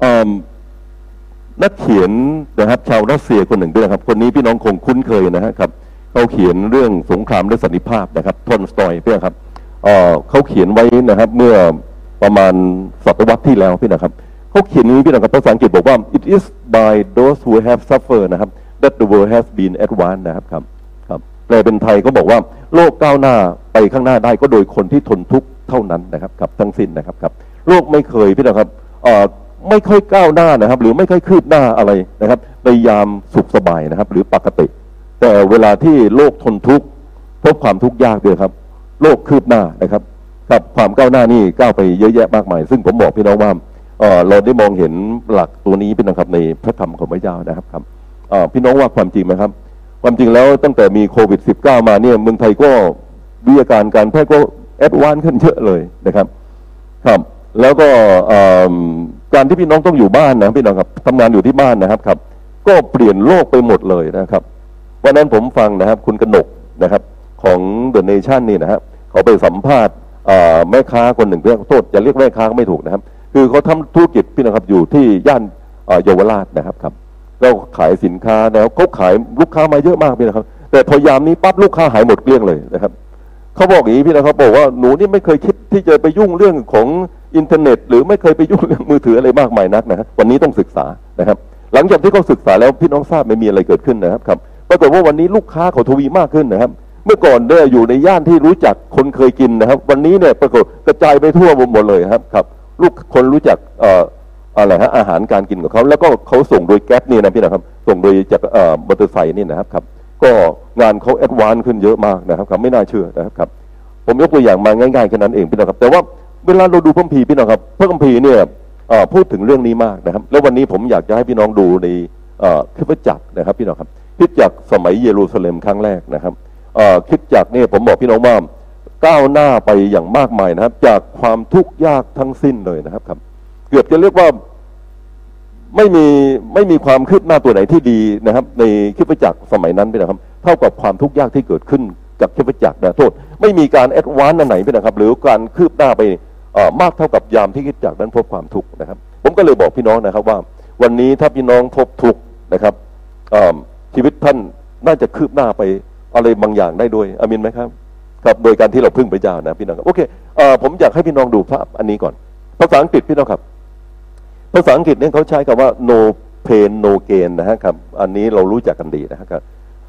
นักเขียนนะครับชาวรัสเซียคนหนึ่งด้วยนะครับคนนี้พี่น้องคงคุ้นเคยนะครับเขาเขียนเรื่องสงครามและสันติภาพนะครับทอลสตอยพี่นะครับเขาเขียนไว้นะครับเมื่อประมาณศตวรรษที่แล้วพี่นะครับเขาเขียนนี้พี่นะครับภาษาอังกฤษบอกว่า it is by those who have suffered นะครับ that the world has been advanced นะครับครับครับแปลเป็นไทยก็บอกว่าโลกก้าวหน้าไปข้างหน้าได้ก็โดยคนที่ทนทุกข์เท่านั้นนะครับครับทั้งสิ้นนะครับครับโลกไม่เคยพี่นะครับไม่ค่อยก้าวหน้านะครับหรือไม่ค่อยคืบหน้าอะไรนะครับในยามสุขสบายนะครับหรือปกติแต่เวลาที่โลกทนทุกข์พบความทุกข์ยากด้วยครับโลกคืบหน้านะครับกับความก้าวหน้านี่ก้าวไปเยอะแยะมากมายซึ่งผมบอกพี่น้องว่าเอ่อเราได้มองเห็นหลักตัวนี้พี่น้องครับในพระธรรมของพระเจ้านะครับครับเอ่อพี่น้องว่าความจริงไหมครับความจริงแล้วตั้งแต่มีโควิด สิบเก้า มาเนี่ยเมืองไทยก็วิทยาการการแพทย์ก็แอดวานซ์ขึ้นเยอะเลยนะครับครับแล้วก็การที่พี่น้องต้องอยู่บ้านนะพี่น้องครับทำงานอยู่ที่บ้านนะครับครับก็เปลี่ยนโลกไปหมดเลยนะครับวันนั้นผมฟังนะครับคุณกนกนะครับของ The Nation นี่นะครับเขาไปสัมภาษณ์แม่ค้าคนหนึ่งเรื่องโทษจะเรียกแม่ค้าก็ไม่ถูกนะครับคือเขาทำธุรกิจพี่น้องครับอยู่ที่ย่านเยาวราชนะครับครับเราขายสินค้าแล้วเขาขายลูกค้ามาเยอะมากพี่นะครับแต่พอยามนี้ปั๊บลูกค้าหายหมดเกลี้ยงเลยนะครับเขาบอกอย่างนี้พี่นะครับบอกว่าหนูนี่ไม่เคยคิดที่จะไปยุ่งเรื่องของอินเทอร์เน็ตหรือไม่เคยไปยุ่งเรื่องมือถืออะไรมากมายนักนะครับวันนี้ต้องศึกษานะครับหลังจากที่เขาศึกษาแล้วพี่น้องทราบไม่มีอะไรเกิดขึ้นนะครับครับปรากฏว่าวันนี้ลูกค้าเขาทวีมากขึ้นนะครับเมื่อก่อนเนี่ยอยู่ในย่านที่รู้จักคนเคยกินนะครับวันนี้เนี่ยปรากฏกระจายไปทั่วหมดเลยครับครับลูกคนรู้จักเอ่ออะไรฮะอาหารการกินของเขาแล้วก็เขาส่งโดยแก๊ปนี่นะพี่นะครับส่งโดยจากเอ่อมอเตอร์ไซค์นี่นะครับครับก็งานเขาแอดวานซ์ขึ้นเยอะมากนะครับครับไม่น่าเชื่อนะครับครับผมยกตัวอย่างมาง่ายๆแค่นั้นเองพี่นะครับแต่ว่าเวลาเราดูพระคัมภีร์พี่น้องครับพระคัมภีร์เนี่ยพูดถึงเรื่องนี้มากนะครับแล้ววันนี้ผมอยากจะให้พี่น้องดูในคริสตจักรนะครับพี่น้องครับคริสตจักรสมัยเยรูซาเล็มครั้งแรกนะครับคริสตจักรเนี่ยผมบอกพี่น้องว่าก้าวหน้าไปอย่างมากมายนะครับจากความทุกข์ยากทั้งสิ้นเลยนะครับครับเกือบจะเรียกว่าไม่มีไม่มีความคืบหน้าตัวไหนที่ดีนะครับในคริสตจักรสมัยนั้นพี่นะครับเท่ากับความทุกข์ยากที่เกิดขึ้นจากคริสตจักรนะโทษไม่มีการแอดวานซ์อันไหนพี่นะครับหรือการคืบหน้าไปมากเท่ากับยามที่คริสตจักรนั้นพบความทุกข์นะครับผมก็เลยบอกพี่น้องนะครับว่าวันนี้ถ้าพี่น้องพบทุกข์นะครับชีวิตท่านน่าจะคืบหน้าไปอะไรบางอย่างได้ด้วยอามินไหมครับครับโดยการที่เราพึ่งพระเจ้านะพี่น้องครับโอเคผมอยากให้พี่น้องดูภาพอันนี้ก่อนภาษาอังกฤษพี่น้องครับภาษาอังกฤษเนี่ยเขาใช้คำว่า no pain no gain นะครับอันนี้เรารู้จักกันดีนะครับ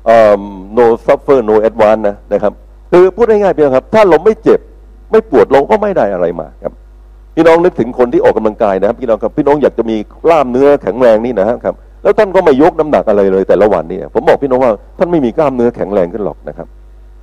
no suffer no advance นะนะครับคือพูดง่ายๆพี่น้องครับถ้าเราไม่เจ็บไม่ปวดเราก็ไม่ได้อะไรมาครับพี่น้องนึกถึงคนที่ออกกำลังกายนะครับพี่น้องครับพี่น้องอยากจะมีกล้ามเนื้อแข็งแรงนี่นะครับแล้วท่านก็ไม่ยกน้ำหนักอะไรเลยแต่ละวันนี่ผมบอกพี่น้องว่าท่านไม่มีกล้ามเนื้อแข็งแรงขึ้นหรอกนะครับ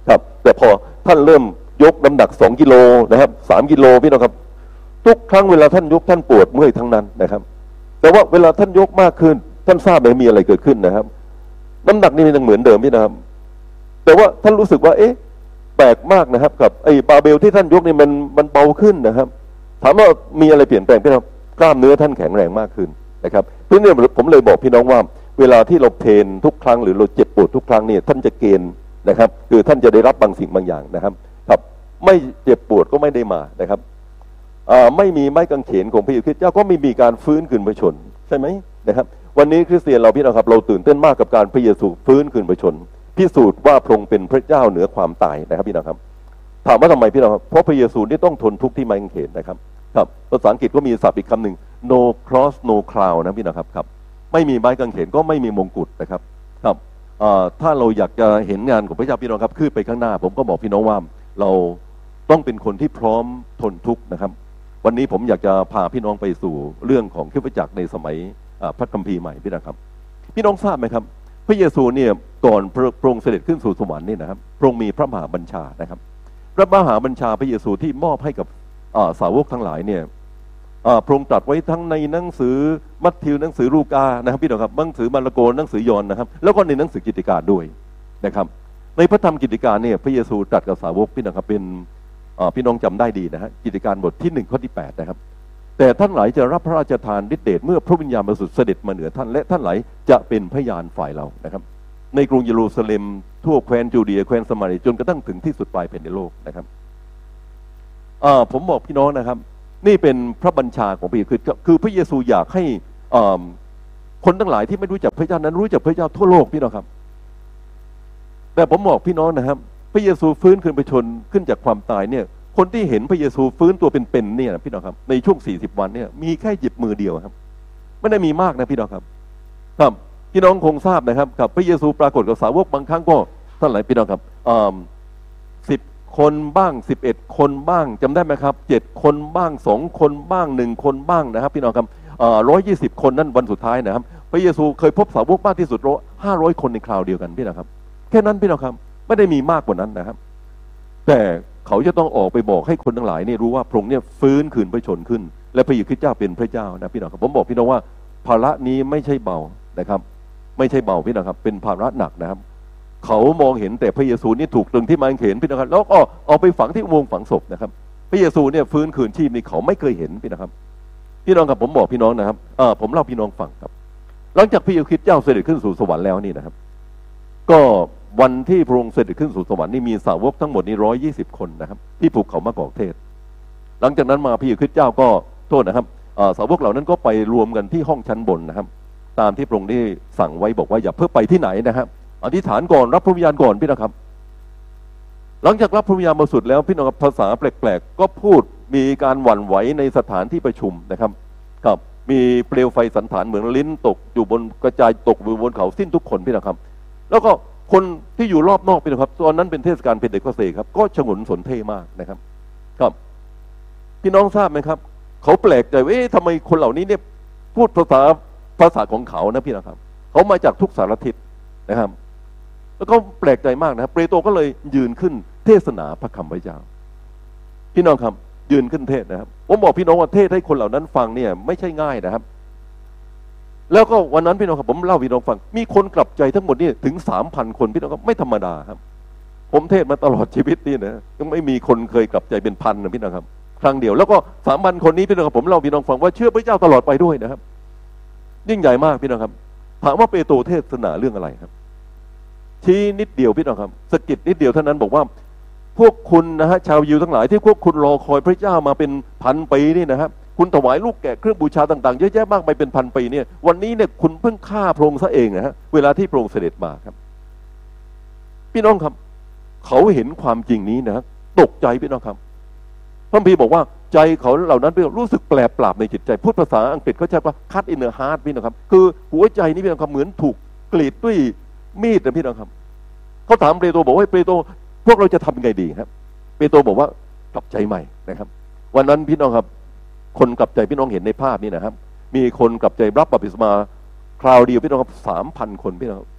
ครับแต่พอท่านเริ่มยกน้ำหนักสองกิโลนะครับสามกิโลพี่น้องครับทุกครั้งเวลาท่านยกท่านปวดเมื่อยทั้งนั้นนะครับแต่ว่าเวลาท่านยกมากขึ้นท่านทราบไหมมีอะไรเกิดขึ้นนะครับน้ำหนักนี่มันยังเหมือนเดิมพี่นะครับแต่ว่าท่านรู้สึกว่าเอ๊ะแปลกมากนะครับกับไอ้บาร์เบลที่ท่านยกนี่มันมันเบาขึ้นนะครับถามว่ามีอะไรเปลี่ยนแปลงพี่น้องกล้ามเนื้อท่านแข็งแรงมากขึ้นนะครับเพราะนี่ผมเลยบอกพี่น้องว่าเวลาที่เราเทรนทุกครั้งหรือเราเจ็บปวดทุกครั้งเนี่ยท่านจะเกณฑ์นะครับคือท่านจะได้รับบางสิ่งบางอย่างนะครับครับไม่เจ็บปวดก็ไม่ได้มานะครับไม่มีไม้กางเขนของพระเยซูคริสต์เจ้าก็ไม่มีการฟื้นคืนพระชนใช่ไหมนะครับวันนี้คริสเตียนเราพี่น้องครับเราตื่นเต้นมากกับการพระเยซูฟื้นคืนพระชนพิสูจน์ว่าพระองค์เป็นพระเจ้าเหนือความตายนะครับพี่น้องครับถามว่าทำไมพี่น้องครับเพราะพระเยซูนี่ต้องทนทุกข์ที่ไม้กางเขนนะครับครับภาษาอังกฤษก็มีศัพท์อีกคำหนึ่ง no cross no crown นะพี่น้องครับครับไม่มีไม้กางเขนก็ไม่มีมงกุฎนะครับครับถ้าเราอยากจะเห็นงานของพระเจ้าพี่น้องครับขึ้นไปข้างหน้าผมก็บอกพี่น้องว่าเราต้องเป็นคนที่พร้อมทนทุกข์นะครับวันนี้ผมอยากจะพาพี่น้องไปสู่เรื่องของคริสตจักรในสมัยพระคัมภีร์ใหม่พี่น้องครับพี่น้องทราบไหมครับพระเยซูเนี่ยก่อนพระองค์เสด็จขึ้นสู่สวรรค์นี่นะครับพระองค์มีพระมหาบัญชานะครับพระมหาบัญชาพระเยซูที่มอบให้กับสาวกทั้งหลายเนี่ยพระองค์ตรัสไว้ทั้งในหนังสือมัทธิวหนังสือลูกานะครับพี่น้องครับหนังสือมาระโกหนังสือยอห์นนะครับแล้วก็ในหนังสือกิตติการด้วยนะครับในพระธรรมกิตติการเนี่ยพระเยซูตรัสกับสาวกพี่น้องครับเป็นพี่น้องจำได้ดีนะฮะกิตติการบทที่หนึ่งข้อที่แปดนะครับแต่ท่านหลายจะรับพระราชทานฤทธิเดชเมื่อพระวิญญาณบริสุทธิ์เสด็จมาเหนือท่านและท่านหลายจะเป็นพยานฝ่ายเรานะครับในกรุงเยรูซาเล็มทั่วแคว้นจูเดียแคว้นสมารีจนกระทั่งถึงที่สุดปลายแผ่นดินโลกนะครับผมบอกพี่น้องนะครับนี่เป็นพระบัญชาของพระเยซูคือพระเยซูอยากให้คนทั้งหลายที่ไม่รู้จักพระเจ้านั้นรู้จักพระเจ้าทั่วโลกพี่น้องครับแต่ผมบอกพี่น้องนะครับพระเยซูฟื้นคืนพระชนขึ้นจากความตายเนี่ยคนที่เห็นพระเยซูฟื้นตัวเป็นๆเนี่ยพี่น้องครับในช่วงสี่สิบวันเนี่ยมีแค่หยิบมือเดียวครับไม่ได้มีมากนะพี่น้องครับครับพี่น้องคงทราบนะครับกับพระเยซูปรากฏกับสาวกบางครั้งก็ท่านหลายพี่น้องครับสิบคนบ้างสิบเอ็ดคนบ้างจำได้ไหมครับเจ็ดคนบ้างสองคนบ้างหนึ่งคนบ้างนะครับพี่น้องครับร้อยยี่สิบคนนั่นวันสุดท้ายนะครับพระเยซูเคยพบสาวกมากที่สุดห้าร้อยคนในคราวเดียวกันพี่น้องครับแค่นั้นพี่น้องครับไม่ได้มีมากกว่านั้นนะครับแต่เขาจะต้องออกไปบอกให้คนทั้งหลายนี่รู้ว่าพระองค์เนี่ยฟื้นคืนพระชนขึ้นและพระเยซูคริสต์เจ้าเป็นพระเจ้านะพี่น้องครับผมบอกพี่น้องว่าภาระนี้ไม่ใช่เบานะครับไม่ใช่เบาพี่น้องครับเป็นภาระหนักนะครับเขามองเห็นแต่พระเยซูนี่ถูกตรึงที่ไม้กางเขนพี่น้องครับแล้วก็เอาไปฝังที่อุโมงค์ฝังศพนะครับพระเยซูเนี่ยฟื้นคืนชีพนี่เขาไม่เคยเห็นพี่น้องครับพี่น้องครับผมบอกพี่น้องนะครับผมเล่าพี่น้องฟังครับหลังจากพระเยซูคริสต์เจ้าเสด็จขึ้นสู่สวรรค์แล้วนี่นะครับก็วันที่พระองค์เสด็จขึ้นสู่สวรรค์นี่มีสาวกทั้งหมดนี่ร้อยยี่สิบคนนะครับที่ภูเขามะกอกเทศหลังจากนั้นมาพระเยซูคริสต์เจ้าก็โทษนะครับสาวกเหล่านั้นก็ไปรวมกันที่ห้องชั้นบนนะครับตามที่พระองค์ได้สั่งไว้บอกว่าอย่าเพิ่งไปที่ไหนนะครับอธิษฐานก่อนรับพระวิญญาณก่อนพี่นะครับหลังจากรับพระวิญญาณบริสุทธิ์แล้วพี่น้องภาษาแปลกๆก็พูดมีการหวั่นไหวในสถานที่ประชุมนะครับกับมีเปลวไฟสันฐานเหมือนลิ้นตกอยู่บนกระจายตกอยู่บนเขาสิ้นทุกคนพี่นะครับแล้วก็คนที่อยู่รอบนอกพี่นะครับตอนนั้นเป็นเทศกาลเพนเทคอสเตครับก็ฉงนสนเท่มากนะครับครับพี่น้องทราบไหมครับเขาแปลกใจว่าเอ๊ะทำไมคนเหล่านี้เนี่ยพูดภาษาภาษาของเขานะพี่นะครับเขามาจากทุกสารทิศนะครับแล้วก็แปลกใจมากนะครับเปโตรก็เลยยืนขึ้นเทศนาพระคำพระเจ้าพี่น้องครับยืนขึ้นเทศนะครับผมบอกพี่น้องว่าเทศให้คนเหล่านั้นฟังเนี่ยไม่ใช่ง่ายนะครับแล้วก็วันนั้นพี่น้องครับผมเล่าพี่น้องฟังมีคนกลับใจทั้งหมดนี่ถึงสามพันคนพี่น้องครับไม่ธรรมดาครับผมเทศมาตลอดชีวิตนี่นะยังไม่มีคนเคยกลับใจเป็นพันนะพี่น้องครับครั้งเดียวแล้วก็สามพันคนนี้พี่น้องครับผมเล่าพี่น้องฟังว่าเชื่อพระเจ้าตลอดไปด้วยนะครับยิ่งใหญ่มากพี่น้องครับถามว่าเปโตรเทศนาเรื่องอะไรครับชี้นิดเดียวพี่น้องครับสะกิดนิดเดียวเท่านั้นบอกว่าพวกคุณนะฮะชาวยิวทั้งหลายที่พวกคุณรอคอยพระเจ้ามาเป็นพันปีนี่นะครับคุณถวายลูกแกะเครื่องบูชาต่างๆเยอะแยะมากไปเป็นพันปีเนี่ยวันนี้เนี่ยคุณเพิ่งฆ่าพระองค์ซะเองนะฮะเวลาที่พระองค์เสด็จมาครับพี่น้องครับเขาเห็นความจริงนี้นะครับตกใจพี่น้องครับพระคัมภีร์บอกว่าใจเขาเหล่านั้นรู้สึกแปลกปราบในจิตใจพูดภาษาอังกฤษเขาใช้ว่า cut in the heart พี่น้องครับคือหัวใจนี้พี่น้องครับเหมือนถูกกรีดด้วยมีดนะพี่น้องครับเขาถามเปโตรบอกว่าเปโตรพวกเราจะทำไงดีครับเปโตรบอกว่ากลับใจใหม่นะครับวันนั้นพี่น้องครับคนกลับใจพี่น้องเห็นในภาพนี้นะครับมีคนกลับใจรับบัพติศมาคราวเดียวพี่น้องครับสามพันคนพี่น้องผ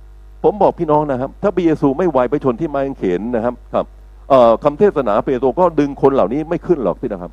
ผมบอกพี่น้องนะครับถ้าพระเยซูไม่ไหวไปชนที่ไม้กางเขนนะครับครับคำเทศนาเปโตรก็ดึงคนเหล่านี้ไม่ขึ้นหรอกพี่นะครับ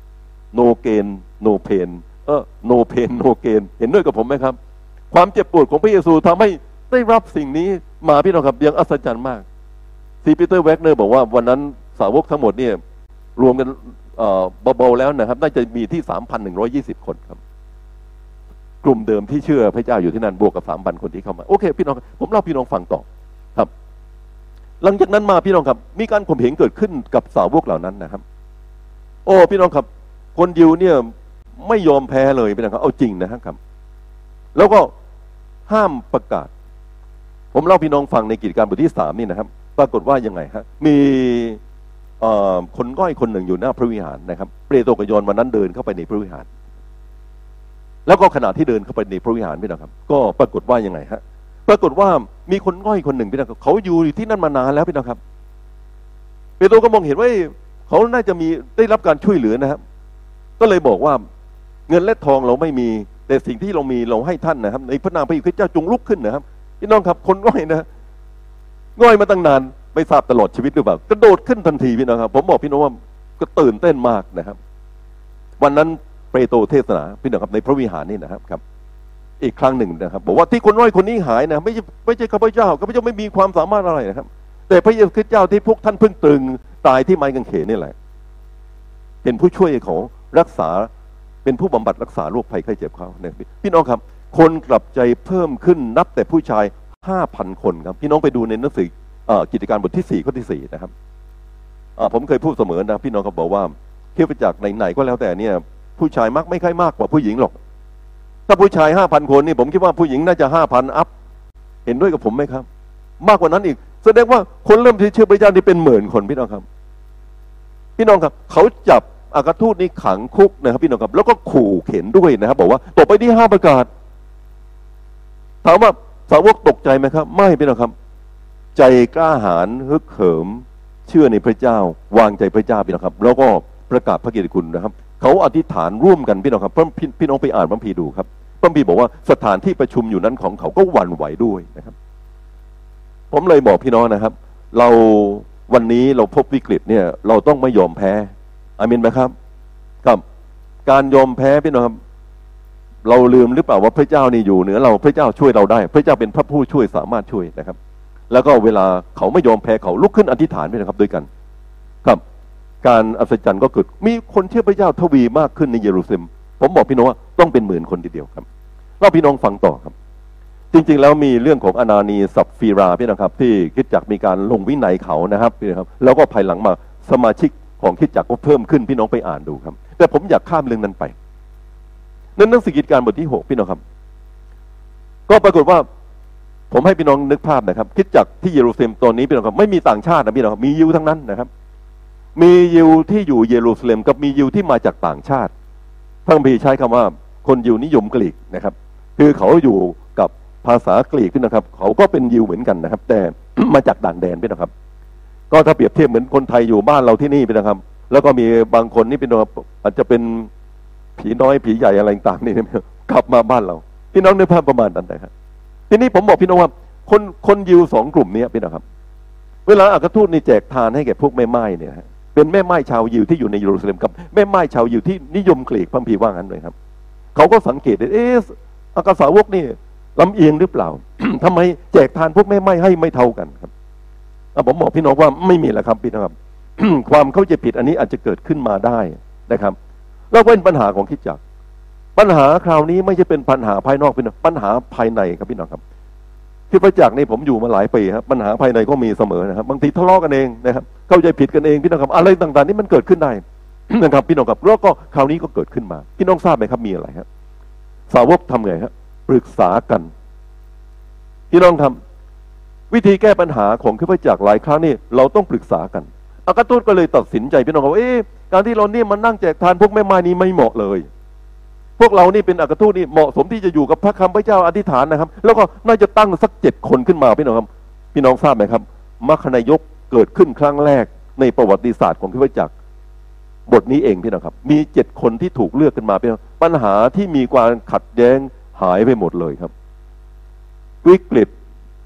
no gain no pain เออ no pain no gain เห็นด้วยกับผมไหมครับความเจ็บปวดของพระเยซูทำให้ได้รับสิ่งนี้มาพี่น้องครับยังอัศจรรย์มากซีปีเตอร์แวกเนอร์บอกว่าวันนั้นสาวกทั้งหมดเนี่ยรวมกันเบาๆแล้วนะครับน่าจะมีที่ สามพันหนึ่งร้อยยี่สิบ คนครับกลุ่มเดิมที่เชื่อพระเจ้าอยู่ที่นั่นบวกกับ สามพัน คนที่เข้ามาโอเคพี่น้องผมเล่าพี่น้องฟังต่อครับหลังจากนั้นมาพี่น้องครับมีการข่มเหงเกิดขึ้นกับสาวกเหล่านั้นนะครับโอ้พี่น้องครับคนยิวเนี่ยไม่ยอมแพ้เลยพี่น้องครับเอาจริงนะครับแล้วก็ห้ามประกาศผมเล่าพี่น้องฟังในกิจการบทที่สามนี่นะครับปรากฏว่ายังไงฮะมีคนก้อยคนหนึ่งอยู่หน้าพระวิหารนะครับเปโตรกับยอห์นวันนั้นเดินเข้าไปในพระวิหารแล้วก็ขณะที่เดินเข้าไปในพระวิหารพี่น้องครับก็ปรากฏว่ายังไงฮะปรากฏว่ามีคนก้อยคนหนึ่งพี่น้องครับเขาอยู่ที่นั่นมานานแล้วพี่น้องครับเปโตรก็มองเห็นว่าเขาน่าจะมีได้รับการช่วยเหลือนะครับก็เลยบอกว่าเงินและทองเราไม่มีแต่สิ่งที่เรามีเราให้ท่านนะครับในพระนามพระเยซูคริสต์เจ้าจงลุกขึ้นนะครับพี่น้องครับคนง่อยนะง่อยมาตั้งนานไม่ทราบตลอดชีวิตหรือเปล่ากระโดดขึ้นทันทีพี่น้องครับผมบอกพี่น้องว่าก็ตื่นเต้นมากนะครับวันนั้นเปโตรเทศนาพี่น้องครับในพระวิหารนี่นะครับครับอีกครั้งหนึ่งนะครับบอกว่าที่คนง่อยคนนี้หายนะไม่ใช่ไม่ใช่ข้าพเจ้าข้าพเจ้าไม่มีความสามารถอะไรนะครับแต่พระเยซูคริสต์เจ้าที่พวกท่านเพิ่งตรึงตายที่ไม้กางเขนนี่แหละเป็นผู้ช่วยของรักษาเป็นผู้บำบัดรักษาโรคภัยไข้เจ็บเขาเนี่ยพี่น้องครับคนกลับใจเพิ่มขึ้นนับแต่ผู้ชาย ห้าพัน คนครับพี่น้องไปดูในหนังสือกิจการบทที่สี่ข้อที่สี่นะครับผมเคยพูดเสมอนะพี่น้องเขาบอกว่าคริสตจักรไหนๆก็แล้วแต่เนี่ยผู้ชายมักไม่ค่อยมากกว่าผู้หญิงหรอกถ้าผู้ชาย ห้าพัน คนนี่ผมคิดว่าผู้หญิงน่าจะ ห้าพัน อัพเห็นด้วยกับผมไหมครับมากกว่านั้นอีกแสดงว่าคนเริ่มที่เชื่อพระเจ้านี่เป็นหมื่นคนพี่น้องครับพี่น้องครับเขาจับอัครทูตนี่ขังคุกนะครับพี่น้องครับแล้วก็ขู่เข็นด้วยนะครับบอกว่าต่อไปที่ห้ามประกาศถามว่าสาวกตกใจไหมครับไม่พี่น้องครับใจกล้าหาญฮึกเหิมเชื่อในพระเจ้าวางใจพระเจ้าพี่น้องครับแล้วก็ประกาศพระเกียรติคุณนะครับเขาอธิษฐานร่วมกันพี่น้องครับเพิ่มพี่น้องไปอ่านพระคัมภีร์ดูครับพระคัมภีร์บอกว่าสถานที่ประชุมอยู่นั้นของเขาก็หวั่นไหวด้วยนะครับผมเลยบอกพี่น้องนะครับเราวันนี้เราพบวิกฤตเนี่ยเราต้องไม่ยอมแพ้อาเมนไหมครับครับการยอมแพ้พี่น้องครับเราลืมหรือเปล่าว่าพระเจ้านี่อยู่เหนือเราพระเจ้าช่วยเราได้พระเจ้าเป็นพระผู้ช่วยสามารถช่วยนะครับแล้วก็เวลาเขาไม่ยอมแพ้เขาลุกขึ้นอธิษฐานด้วยนะครับด้วยกันครับการอัศจรรย์ก็เกิดมีคนเชื่อพระเจ้าทวีมากขึ้นในเยรูซาเล็มผมบอกพี่น้องว่าต้องเป็นหมื่นคนทีเดียวครับเราพี่น้องฟังต่อครับจริงๆแล้วมีเรื่องของอนานีสัปฟีราพี่นะครับที่คริสตจักรมีการลงวินัยเขานะครับพี่นะครับแล้วก็ภายหลังมาสมาชิกของคริสตจักรก็เพิ่มขึ้นพี่น้องไปอ่านดูครับแต่ผมอยากข้ามเรื่องนั้นไปนั่นหนังสือกิจการบทที่หกพี่น้องครับก็ปรากฏว่าผมให้พี่น้องนึกภาพนะครับคริสตจักรที่เยรูซาเล็มตอนนี้พี่น้องครับไม่มีต่างชาตินะพี่น้องครับมียิวทั้งนั้นนะครับมียิวที่อยู่เยรูซาเล็มกับมียิวที่มาจากต่างชาติพระคัมภีร์ใช้คำว่าคนยิวนิยมกรีกนะครับคือเขาอยู่กับภาษากรีกพี่นะครับเขาก็เป็นยิวเหมือนกันนะครับแต่ มาจากต่างแดนพี่นะครับก็ถ้าเปรียบเทียบเหมือนคนไทยอยู่บ้านเราที่นี่พี่นะครับแล้วก็มีบางคนนี่เป็นอาจจะเป็นผีน้อยผีใหญ่อะไรต่างๆนี่กลับมาบ้านเราพี่น้องนึกภาพประมาณนั้นนะครับทีนี้ผมบอกพี่น้องว่าคนคนยิวสองกลุ่มนี้พี่นะครับเวลาอัครทูตนี่แจกทานให้แก่พวกแม่ไม้เนี่ยเป็นแม่ไม้ชาวยิวที่อยู่ในเยรูซาเล็มกับแม่ไม้ชาวยิวที่นิยมกรีกพระคัมภีร์ว่างั้นเลยครับเขาก็สังเกตเอ๊ะอัครสาวกนี่ลำเอียงหรือเปล่า ทำไมแจกทานพวกแม่ไม้ให้ไม่เท่ากันครับผมบอกพี่น้องว่าไม่มีแหละครับพี่น้องครับ ความเข้าใจผิดอันนี้อาจจะเกิดขึ้นมาได้นะครับแล้วเป็นปัญหาของคริสตจักรปัญหาคราวนี้ไม่ใช่เป็นปัญหาภายนอกพี่น้องปัญหาภายในครับพี่น้องครับคริสตจักรนี่ผมอยู่มาหลายปีครับปัญหาภายในก็มีเสมอนะครับบางทีทะเลาะกันเองนะครับเข้าใจผิดกันเองพี่น้องครับอะไรต่างๆนี่มันเกิดขึ้นได้ นะครับพี่น้องครับแล้วก็คราวนี้ก็เกิดขึ้นมาพี่น้องทราบไหมครับมีอะไรครับสาวกทำไงครับปรึกษากันพี่น้องครับวิธีแก้ปัญหาของคริสตจักรหลายครั้งนี่เราต้องปรึกษากันอัครทูตก็เลยตัดสินใจพี่น้องว่าเอ๊ะการที่เราเนี่ยมานั่งแจกทานพวกแม่ไม้นี้ไม่เหมาะเลยพวกเรานี่เป็นอัครทูตนี่เหมาะสมที่จะอยู่กับพระคำพระเจ้าอธิษฐานนะครับแล้วก็น่าจะตั้งสักเจ็ดคนขึ้นมาพี่น้องครับพี่น้องทราบไหมครับมัคคณายกเกิดขึ้นครั้งแรกในประวัติศาสตร์ของคริสตจักรบทนี้เองพี่น้องครับมีเจ็ดคนที่ถูกเลือกขึ้นมาพี่น้องปัญหาที่มีความขัดแย้งหายไปหมดเลยครับวิกฤต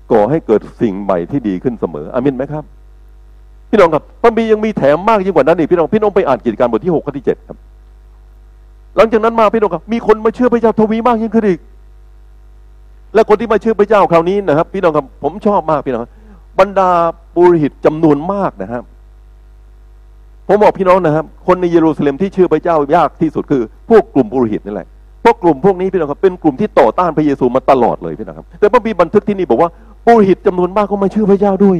ก่อให้เกิดสิ่งใหม่ที่ดีขึ้นเสมออามินไหมครับพี่น้องครับพระบียังมีแถมมากยิ่งกว่านั้นอีกพี่น้องพี่น้องไปอ่านกิจการบทที่หกข้อที่เจ็ดครับหลังจากนั้นมาพี่น้องครับมีคนมาเชื่อพระเจ้าทวีมากยิ่งขึ้นอีกและคนที่มาเชื่อพระเจ้าคราวนี้นะครับพี่น้องครับผมชอบมากพี่น้องบรรดาปุโรหิตจำนวนมากนะครับผมบอกพี่น้องนะครับคนในเยรูซาเล็มที่เชื่อพระเจ้ายากที่สุดคือพวกกลุ่มปุโรหิตนี่แหละพวกกลุ่มพวกนี้พี่น้องครับเป็นกลุ่มที่ต่อต้านพระเยซูมาตลอดเลยพี่น้องครับแต่พระบีบันทึกที่นี่บอกว่าปุโรหิตจำนวนมากก็มาเชื่อพระเจ้าด้วย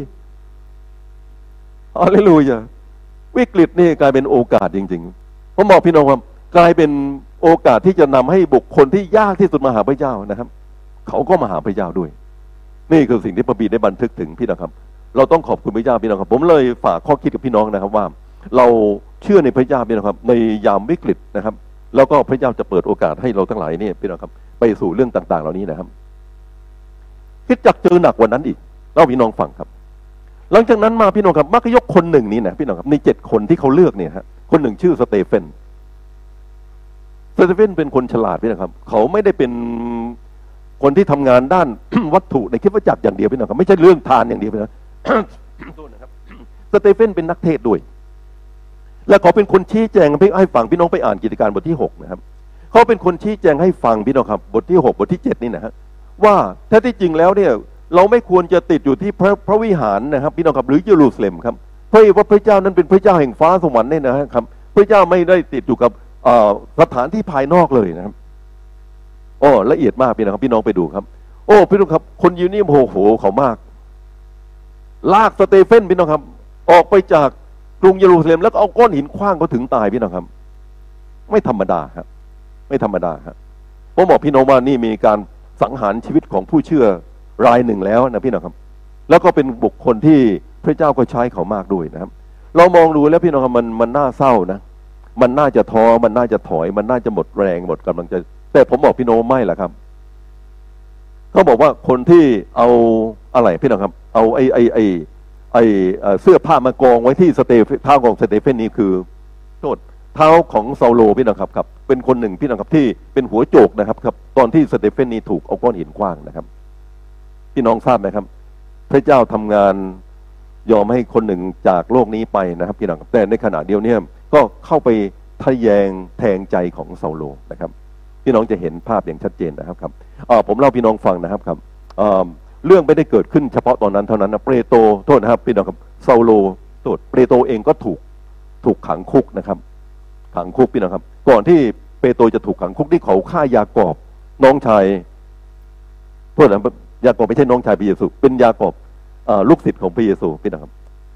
ฮาเลลูยาวิกฤตนี่กลายเป็นโอกาสจริงๆผมบอกพี่น้องว่ากลายเป็นโอกาสที่จะนำให้บุคคลที่ยากที่สุดมาหาพระเจ้านะครับเขาก็มาหาพระเจ้าด้วยนี่คือสิ่งที่พระบีได้บันทึกถึงพี่น้องครับเราต้องขอบคุณพระเจ้าพี่น้องครับผมเลยฝากข้อคิดกับพี่น้องนะครับว่าเราเชื่อในพระเจ้าพี่น้องครับในยามวิกฤตนะครับแล้วก็พระเจ้าจะเปิดโอกาสให้เราทั้งหลายนี่พี่น้องครับไปสู่เรื่องต่างๆเหล่านี้นะครับคิดจักเจอหนักกว่านั้นอีกเล่าพี่น้องฟังครับหลังจากนั้นมาพี่น้องครับมักจะยกคนหนึ่งนี้นะพี่น้องครับในเจ็ดคนที่เขาเลือกเนี่ยฮะคนหนึ่งชื่อสเตเฟนสเตเฟนเป็นคนฉลาดพี่น้องครับเขาไม่ได้เป็นคนที่ทำงานด้าน วัตถุในคริสตจักรอย่างเดียวพี่น้องครับไม่ใช่เรื่องทานอย่างเดียวพี่น้อง นะครับสเตเฟนเป็นนักเทศด้วยและเขาเป็นคนชี้แจงให้ฟังพี่น้องไปอ่านกิจการบทที่หกนะครับเขาเป็นคนชี้แจงให้ฟังพี่น้องครับบทที่หกบทที่เจ็ดนี่นะฮะว่าแท้ที่จริงแล้วเนี่ยเราไม่ควรจะติดอยู่ที่พระพระวิหารนะครับพี่น้องครับหรือเยรูซาเล็มครับเพราะว่าพระเจ้านั้นเป็นพระเจ้าแห่งฟ้าสวรรค์เนี่ยนะครับพระเจ้าไม่ได้ติดอยู่กับสถานที่ภายนอกเลยนะครับโอ้ละเอียดมากพี่น้องครับพี่น้องไปดูครับโอ้พี่น้องครับคนยิวนี่โอ้โหเขามากลากสเตเฟนพี่น้องครับออกไปจากกรุงเยรูซาเล็มแล้วก็เอาก้อนหินขว้างเขาถึงตายพี่น้องครับไม่ธรรมดาครับไม่ธรรมดาครับผมบอกพี่น้องว่านี่มีการสังหารชีวิตของผู้เชื่อรายหนึ่งแล้วนะพี่น้องครับแล้วก็เป็นบุคคลที่พระเจ้าก็ใช้เขามากด้วยนะครับเรามองดูแล้วพี่น้องครับมันมันน่าเศร้านะมันน่าจะท้อมันน่าจะถอยมันน่าจะหมดแรงหมดกำลังใจแต่ผมบอกพี่น้องไม่ล่ะครับเขาบอกว่าคนที่เอาอะไรพี่น้องครับเอาไอ้ไอ้ไอ้ไอ้เสื้อผ้ามากองไว้ที่สเตเท้าของสเตเฟนนี่คือโทษเท้าของซาโลพี่น้องครับครับเป็นคนหนึ่งพี่น้องครับที่เป็นหัวโจกนะครับครับตอนที่สเตเฟนนี่ถูกเอาก้อนหินขว้างนะครับพี่น้องทราบไหมครับพระเจ้าทำงานยอมให้คนหนึ่งจากโลกนี้ไปนะครับพี่น้องครับแต่ในขณะเดียวเนี่ยก็เข้าไปทะแยงแทงใจของซาโลนะครับพี่น้องจะเห็นภาพอย่างชัดเจนนะครับครับผมเล่าพี่น้องฟังนะครับครับเรื่องไม่ได้เกิดขึ้นเฉพาะตอนนั้นเท่านั้นนะเปโตรโทษนะครับพี่น้องครับซาโลโทษเปโตรเองก็ถูกถูกขังคุกนะครับขังคุกพี่น้องครับก่อนที่เปโตรจะถูกขังคุกที่เขาฆ่ายากอบน้องชายโทษนะยากอบไม่ใช่น้องชายพระเยซูเป็นยากอบลูกศิษย์ของพระเยซูพี่น้องครับ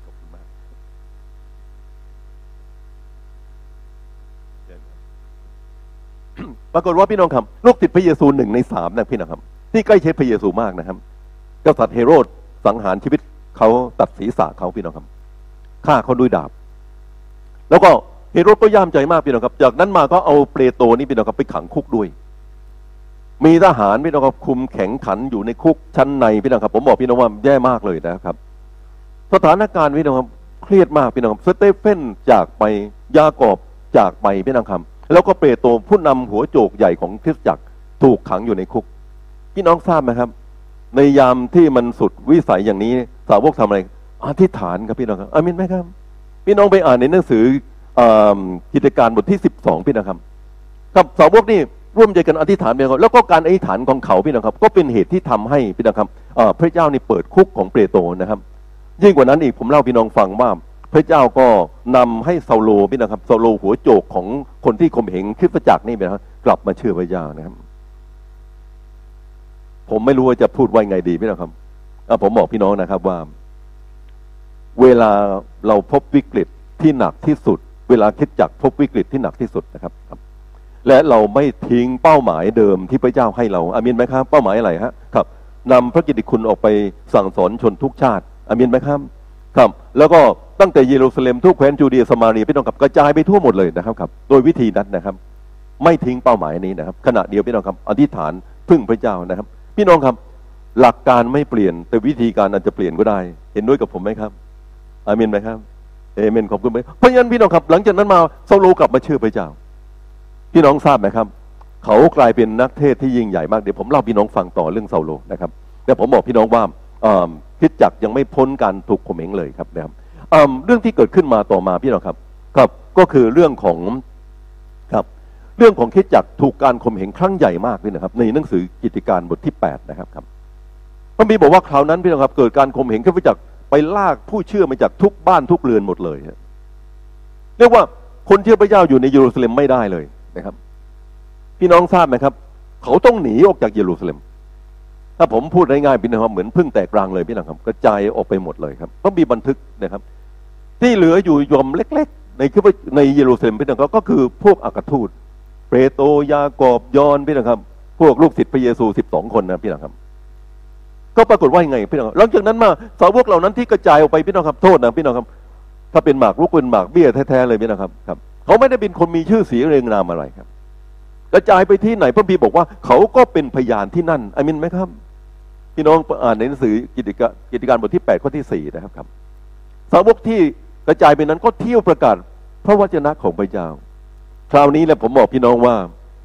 ปรากฏว่าพี่น้องครับลูกศิษย์พระเยซูหนึ่งในสามนะพี่น้องครับที่ใกล้ชิดพระเยซูมากนะครับกษัตริย์เฮโรดสังหารชีวิตเขาตัดศีรษะเขาพี่น้องครับฆ่าเขาด้วยดาบแล้วก็เฮโรดก็ย่ามใจมากพี่น้องครับจากนั้นมาก็เอาเปโตรนี่พี่น้องครับไปขังคุกด้วยมีทหารพี่น้องครับคุมแข็งขันอยู่ในคุกชั้นในพี่น้องครับผมบอกพี่น้องว่าแย่มากเลยนะครับสถานการณ์พี่น้องครับเครียดมากพี่น้องครับสเตเฟนจากไปยากอบจากไปพี่น้องครับแล้วก็เปโตรผู้นำหัวโจกใหญ่ของคริสตจักรถูกขังอยู่ในคุกพี่น้องทราบไหมครับในยามที่มันสุดวิสัยอย่างนี้สาวกทำอะไรอธิษฐานครับพี่น้องครับอามินไหมครับพี่น้องไปอ่านในหนังสือกิจการบทที่สิบสองพี่น้องครับกับสาวกนี่ร่วมใจกันอธิษฐานพี่น้องครับแล้วก็การอธิษฐานของเขาพี่น้องครับก็เป็นเหตุที่ทำให้พี่น้องครับพระเจ้านี่เปิดคุกของเปโตรนะครับยิ่งกว่านั้นอีกผมเล่าพี่น้องฟังว่าพระเจ้าก็นำให้ซาโลพี่น้องครับซาโลหัวโจกของคนที่ข่มเหงคริสตจักรนี่นะครับกลับมาเชื่อพระเจ้านะครับผมไม่รู้ว่าจะพูดว่าไงดีพี่น้องครับผมบอกพี่น้องนะครับว่าเวลาเราพบวิกฤตที่หนักที่สุดเวลาคริสตจักรพบวิกฤตที่หนักที่สุดนะครับและเราไม่ทิ้งเป้าหมายเดิมที่พระเจ้าให้เราอามินไหมครับเป้าหมายอะไรฮะครับนำพระกิตติคุณออกไปสั่งสอนชนทุกชาติอามินไหมครับครับแล้วก็ตั้งแต่เยรูซาเล็มทุกแคว้นจูเดียสมาเรียพี่น้องครับกระจายไปทั่วหมดเลยนะครับครับโดยวิธีนั้นนะครับไม่ทิ้งเป้าหมายนี้นะครับขณะเดียวพี่น้องครับอธิษฐานพึ่งพระเจ้านะครับพี่น้องครับหลักการไม่เปลี่ยนแต่วิธีการอาจจะเปลี่ยนก็ได้เห็นด้วยกับผมไหมครับอาเมนไหมครับเอเมนขอบคุณไหมเพราะฉะนั้นพี่น้องครับหลังจากนั้นมาซาโลกลับมาเชื่อพระเจ้าพี่น้องทราบไหมครับเขากลายเป็นนักเทศที่ยิ่งใหญ่มากเดี๋ยวผมเล่าพี่น้องฟังต่อเรื่องซาโลนะครับแต่ผมบอกพี่น้องว่าคริสตจักรยังไม่พ้นการถูกข่มเหงเลยครับนะครับเรื่องที่เกิดขึ้นมาต่อมาพี่น้องครับครับก็คือเรื่องของครับเรื่องของคริสตจักรถูกการข่มเหงครั้งใหญ่มากพี่นะครับในหนังสือกิจการบทที่แปดนะครับครับพระบิดาบอกว่าคราวนั้นพี่น้องครับเกิดการข่มเหงคริสตจักรไปลากผู้เชื่อมาจากทุกบ้านทุกเรือนหมดเลยเรียกว่าคนเชื่อพระเจ้าอยู่ในเยรูซาเล็มไม่ได้เลยนะครับพี่น้องทราบไหมครับเขาต้องหนีออกจากเยรูซาเล็มถ้าผมพูดง่ายๆพี่น้องครับเหมือนพึ่งแตกรังเลยพี่น้องครับกระจายออกไปหมดเลยครับก็มีบันทึกนะครับที่เหลืออยู่ยอมเล็กๆในคือในเยรูซาเล็มพี่น้องครับก็คือพวกอัครทูตเปโตรยากอบยอห์นพี่น้องครับพวกลูกศิษย์พระเยซูสิบสองคนนะพี่น้องครับก็ปรากฏว่ายังไงพี่น้องหลังจากนั้นมาสาวกเหล่านั้นที่กระจายออกไปพี่น้องครับโทษนะพี่น้องครับถ้าเป็นหมากรุกเป็นหมากเบี้ยแท้ๆเลยพี่น้องครับครับเขาไม่ได้เป็นคนมีชื่อเสียงเรียงนามอะไรครับกระจายไปที่ไหนพระบีบอกว่าเขาก็เป็นพยานที่นั่นอามินไหมครับพี่น้องอ่านในหนังสือกิจการกิจการบทที่แปดข้อที่สี่นะครับครับสาวกที่กระจายไปนั้นก็เที่ยวประกาศพระวจนะของพระเจ้าคราวนี้แหละผมบอกพี่น้องว่า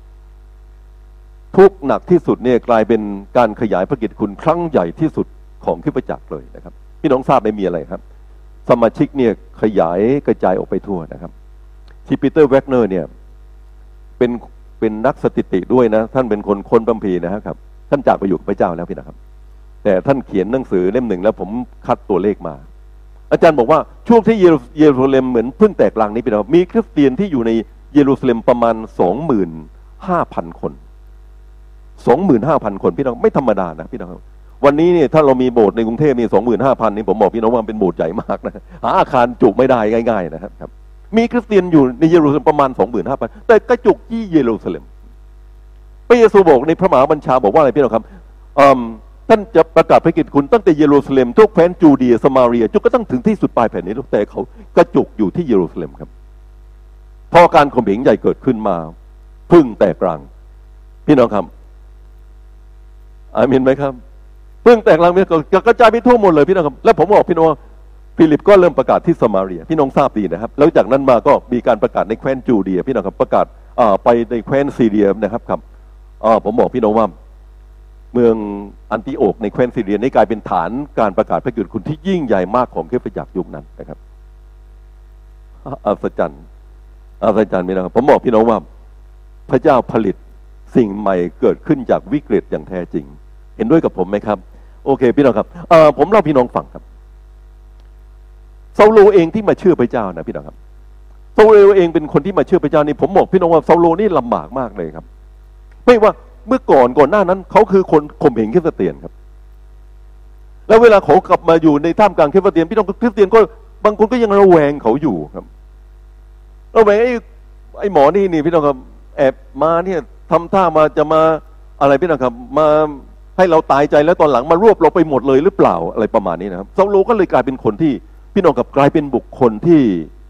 ทุกหนักที่สุดเนี่ยกลายเป็นการขยายพระกิตติคุณครั้งใหญ่ที่สุดของคริสตจักรเลยนะครับพี่น้องทราบได้มีอะไรครับสมาชิกเนี่ยขยายกระจายออกไปทั่วนะครับที่ปีเตอร์แวกเนอร์เนี่ยเป็นเป็นนักสถิติด้วยนะท่านเป็นคนค้นพระคัมภีร์นะครับท่านจากไปอยู่กับพระเจ้าแล้วพี่นะครับแต่ท่านเขียนหนังสือเล่มหนึ่งแล้วผมคัดตัวเลขมาอาจารย์บอกว่าช่วงที่เยรูซาเล็มเหมือนเพิ่งแตกรังนี้พี่นะครับมีคริสเตียนที่อยู่ในเยรูซาเล็มประมาณสองหมื่นห้าพันคนสองหมื่นห้าพันคนพี่น้องไม่ธรรมดานะพี่น้องวันนี้เนี่ยถ้าเรามีโบสถ์ในกรุงเทพนี่สองหมื่นห้าพันนี่ผมบอกพี่น้องว่าเป็นโบสถ์ใหญ่มากนะหาอาคารจุไม่ได้ง่ายๆนะครับมีคริสเตียนอยู่ในเยรูซาเล็มประมาณสองหมื่นห้าพันแต่กระจุกที่เยรูซาเล็มพระเยซูบอกในพระมหาบัญชาบอกว่าอะไรพี่น้องครับท่านจะประกาศพระกิตติคุณตั้งแต่เยรูซาเล็มทุกแคว้นจูเดียสมาเรียจนกระทั่งถึงที่สุดปลายแผ่นนี้แต่เขากระจุกอยู่ที่เยรูซาเล็มครับพอการข่มเหงใหญ่เกิดขึ้นมาพึ่งแตกรังพี่น้องครับอามินไหมครับพึ่งแตกรังเนี่ยกระจายไปทั่วหมดเลยพี่น้องครับแล้วผมบอกพี่น้องฟิลิปก็เริ่มประกาศที่สมาเรียพี่น้องทราบดีนะครับแล้วจากนั้นมาก็มีการประกาศในแคว้นจูเดียพี่น้องครับประกาศไปในแคว้นซีเรียนะครับครับผมบอกพี่น้องว่าเมืองอันติโอกในแคว้นซีเรียนี่กลายเป็นฐานการประกาศพระกิตติคุณที่ยิ่งใหญ่มากของคริสตจักรยุคนั้นนะครับอัศจรรย์อัศจรรย์พี่น้องครับผมบอกพี่น้องว่าพระเจ้าผลิตสิ่งใหม่เกิดขึ้นจากวิกฤตอย่างแท้จริงเห็นด้วยกับผมไหมครับโอเคพี่น้องครับผมเล่าพี่น้องฟังครับซาโลเองที่มาเชื่อพระเจ้านะพี่น้องครับซาโลเองเป็นคนที่มาเชื่อพระเจ้านี่ผมบอกพี่น้องว่าซาโลนี่ลำบากมากเลยครับไม่ว่าเมื่อก่อนก่อนหน้านั้นเขาคือคนข่มเหงคริสเตียนครับแล้วเวลาเขากลับมาอยู่ในท่ามกลางคริสเตียนพี่น้องคริสเตียนก็บางคนก็ยังระแวงเขาอยู่ครับระแวงไอ้ไอ้หมอนี่นี่พี่น้องครับแอบมาเนี่ยทำท่ามาจะมาอะไรพี่น้องครับมาให้เราตายใจแล้วตอนหลังมารวบเราไปหมดเลยหรือเปล่าอะไรประมาณนี้นะครับซาโลก็เลยกลายเป็นคนที่พี่น้องกับกลายเป็นบุคคลที่